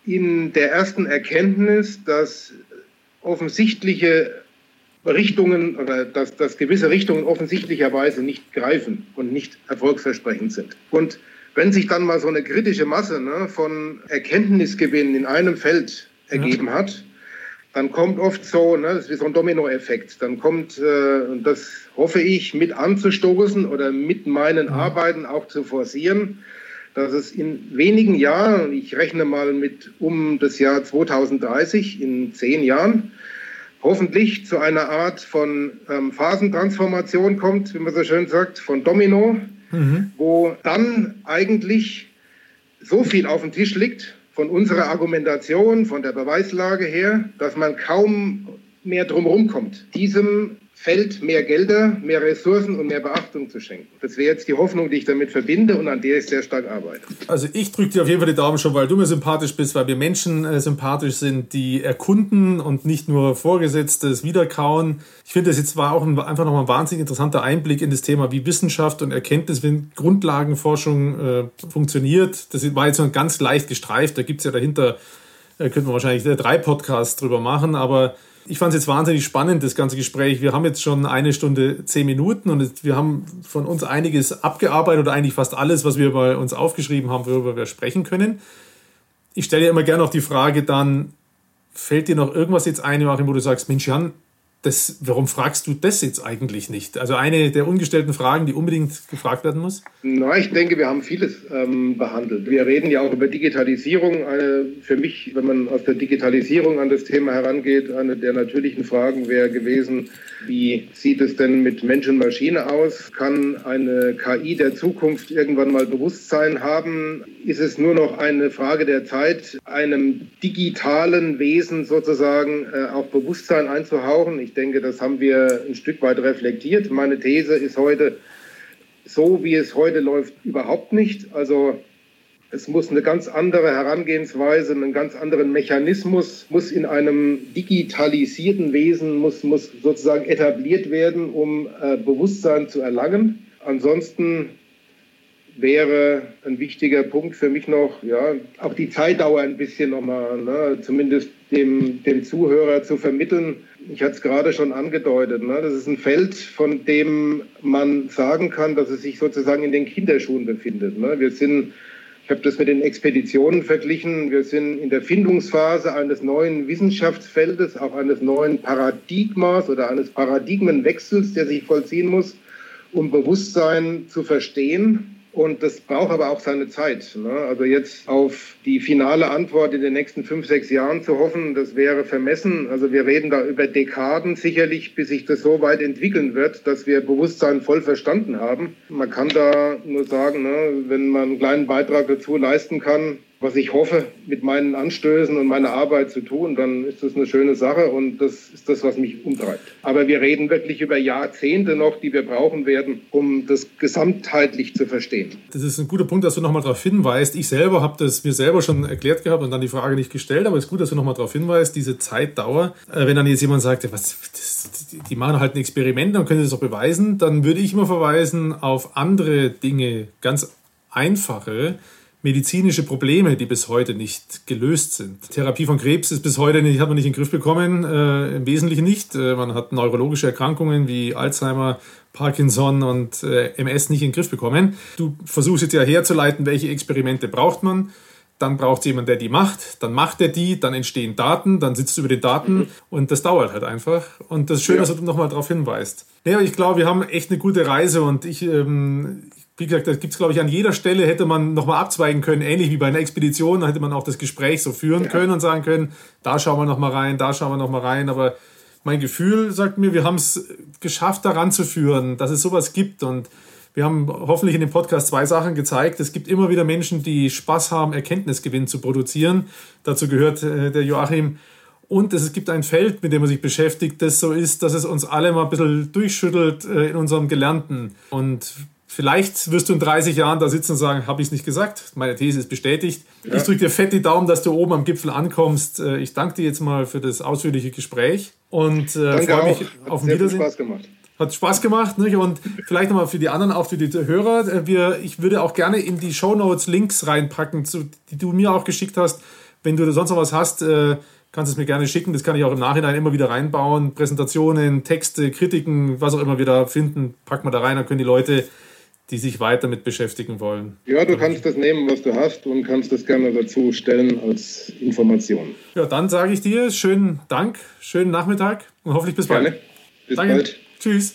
Speaker 3: in der ersten Erkenntnis, dass offensichtliche Richtungen oder dass, dass gewisse Richtungen offensichtlicherweise nicht greifen und nicht erfolgsversprechend sind. Und wenn sich dann mal so eine kritische Masse ne, von Erkenntnisgewinnen in einem Feld ergeben hat, dann kommt oft so, ne, das ist wie so ein Dominoeffekt, dann kommt, äh, das hoffe ich, mit anzustoßen oder mit meinen Arbeiten auch zu forcieren, dass es in wenigen Jahren, ich rechne mal mit um das Jahr zweitausenddreißig, in zehn Jahren, hoffentlich zu einer Art von ähm, Phasentransformation kommt, wie man so schön sagt, von Domino, mhm. wo dann eigentlich so viel auf dem Tisch liegt von unserer Argumentation, von der Beweislage her, dass man kaum mehr drumherum kommt, diesem Feld mehr Gelder, mehr Ressourcen und mehr Beachtung zu schenken. Das wäre jetzt die Hoffnung, die ich damit verbinde und an der ich sehr stark arbeite.
Speaker 2: Also ich drücke dir auf jeden Fall die Daumen schon, weil du mir sympathisch bist, weil wir Menschen äh, sympathisch sind, die erkunden und nicht nur Vorgesetztes wiederkauen. Ich finde, das jetzt war auch ein, einfach nochmal ein wahnsinnig interessanter Einblick in das Thema, wie Wissenschaft und Erkenntnis, wie Grundlagenforschung äh, funktioniert. Das war jetzt nur ganz leicht gestreift. Da gibt es ja dahinter, äh, könnten wir wahrscheinlich drei Podcasts drüber machen, aber ich fand es jetzt wahnsinnig spannend, das ganze Gespräch. Wir haben jetzt schon eine Stunde, zehn Minuten und wir haben von uns einiges abgearbeitet oder eigentlich fast alles, was wir bei uns aufgeschrieben haben, worüber wir sprechen können. Ich stelle ja immer gerne noch die Frage dann, fällt dir noch irgendwas jetzt ein, Joachim, wo du sagst, Mensch Jan, das, warum fragst du das jetzt eigentlich nicht? Also eine der ungestellten Fragen, die unbedingt gefragt werden muss?
Speaker 3: Na, ich denke, wir haben vieles ähm, behandelt. Wir reden ja auch über Digitalisierung. Eine, für mich, wenn man aus der Digitalisierung an das Thema herangeht, eine der natürlichen Fragen wäre gewesen, wie sieht es denn mit Mensch und Maschine aus? Kann eine K I der Zukunft irgendwann mal Bewusstsein haben? Ist es nur noch eine Frage der Zeit, einem digitalen Wesen sozusagen äh, auch Bewusstsein einzuhauchen? Ich denke, das haben wir ein Stück weit reflektiert. Meine These ist heute, so wie es heute läuft, überhaupt nicht. Also es muss eine ganz andere Herangehensweise, einen ganz anderen Mechanismus, muss in einem digitalisierten Wesen, muss, muss sozusagen etabliert werden, um äh, Bewusstsein zu erlangen. Ansonsten wäre ein wichtiger Punkt für mich noch, ja, auch die Zeitdauer ein bisschen nochmal, ne, zumindest dem, dem Zuhörer zu vermitteln. Ich hatte es gerade schon angedeutet, ne, das ist ein Feld, von dem man sagen kann, dass es sich sozusagen in den Kinderschuhen befindet. Ne. Wir sind, ich habe das mit den Expeditionen verglichen, wir sind in der Findungsphase eines neuen Wissenschaftsfeldes, auch eines neuen Paradigmas oder eines Paradigmenwechsels, der sich vollziehen muss, um Bewusstsein zu verstehen Und das braucht aber auch seine Zeit. Ne? Also jetzt auf die finale Antwort in den nächsten fünf, sechs Jahren zu hoffen, das wäre vermessen. Also wir reden da über Dekaden sicherlich, bis sich das so weit entwickeln wird, dass wir Bewusstsein voll verstanden haben. Man kann da nur sagen, ne, wenn man einen kleinen Beitrag dazu leisten kann, was ich hoffe, mit meinen Anstößen und meiner Arbeit zu tun, dann ist das eine schöne Sache und das ist das, was mich umtreibt. Aber wir reden wirklich über Jahrzehnte noch, die wir brauchen werden, um das gesamtheitlich zu verstehen.
Speaker 2: Das ist ein guter Punkt, dass du nochmal darauf hinweist. Ich selber habe das mir selber schon erklärt gehabt und dann die Frage nicht gestellt, aber es ist gut, dass du nochmal darauf hinweist, diese Zeitdauer. Wenn dann jetzt jemand sagt, was, das, die machen halt ein Experiment, dann können sie das auch beweisen, dann würde ich immer verweisen auf andere Dinge, ganz einfache medizinische Probleme, die bis heute nicht gelöst sind. Therapie von Krebs ist bis heute nicht, hat man nicht in den Griff bekommen, äh, im Wesentlichen nicht. Äh, man hat neurologische Erkrankungen wie Alzheimer, Parkinson und äh, M S nicht in den Griff bekommen. Du versuchst jetzt ja herzuleiten, welche Experimente braucht man. Dann braucht es jemanden, der die macht. Dann macht er die, dann entstehen Daten, dann sitzt du über den Daten mhm. und das dauert halt einfach. Und das ist schön, ja. dass du nochmal darauf hinweist. Ja, ich glaube, wir haben echt eine gute Reise und ich... Ähm, Wie gesagt, da gibt es, glaube ich, an jeder Stelle hätte man nochmal abzweigen können, ähnlich wie bei einer Expedition, da hätte man auch das Gespräch so führen ja. können und sagen können, da schauen wir nochmal rein, da schauen wir nochmal rein, aber mein Gefühl sagt mir, wir haben es geschafft, daran zu führen, dass es sowas gibt und wir haben hoffentlich in dem Podcast zwei Sachen gezeigt. Es gibt immer wieder Menschen, die Spaß haben, Erkenntnisgewinn zu produzieren. Dazu gehört äh, der Joachim. Und es gibt ein Feld, mit dem man sich beschäftigt, das so ist, dass es uns alle mal ein bisschen durchschüttelt äh, in unserem Gelernten. Und vielleicht wirst du in dreißig Jahren da sitzen und sagen, habe ich es nicht gesagt? Meine These ist bestätigt. Ja. Ich drücke dir fett die Daumen, dass du oben am Gipfel ankommst. Ich danke dir jetzt mal für das ausführliche Gespräch und äh, freue mich
Speaker 3: Hat
Speaker 2: auf ein
Speaker 3: sehr
Speaker 2: Wiedersehen.
Speaker 3: Viel Spaß gemacht.
Speaker 2: Hat Spaß gemacht, nicht? Und vielleicht nochmal für die anderen, auch für die Hörer. Wir, ich würde auch gerne in die Shownotes Links reinpacken, zu, die du mir auch geschickt hast. Wenn du sonst noch was hast, äh, kannst du es mir gerne schicken. Das kann ich auch im Nachhinein immer wieder reinbauen. Präsentationen, Texte, Kritiken, was auch immer wir da finden, packen wir da rein. Dann können die Leute, die sich weiter damit beschäftigen wollen.
Speaker 3: Ja, du kannst das nehmen, was du hast und kannst das gerne dazu stellen als Information.
Speaker 2: Ja, dann sage ich dir schönen Dank, schönen Nachmittag und hoffentlich bis bald.
Speaker 3: Gerne. Bis
Speaker 2: Danke.
Speaker 3: bald.
Speaker 2: Tschüss.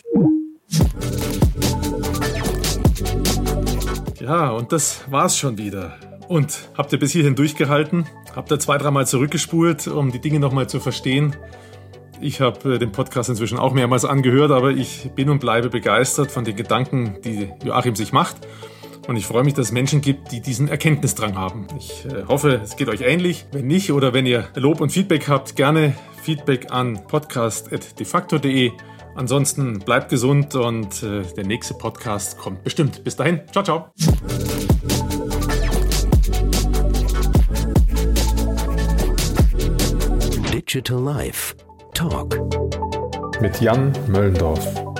Speaker 2: Ja, und das war's schon wieder. Und habt ihr bis hierhin durchgehalten? Habt ihr zwei, dreimal zurückgespult, um die Dinge nochmal zu verstehen? Ich habe den Podcast inzwischen auch mehrmals angehört, aber ich bin und bleibe begeistert von den Gedanken, die Joachim sich macht. Und ich freue mich, dass es Menschen gibt, die diesen Erkenntnisdrang haben. Ich äh, hoffe, es geht euch ähnlich. Wenn nicht oder wenn ihr Lob und Feedback habt, gerne Feedback an podcast at defacto punkt de. Ansonsten bleibt gesund und äh, der nächste Podcast kommt bestimmt. Bis dahin, ciao, ciao.
Speaker 1: Digital Life Talk
Speaker 2: mit Jan Möllendorf.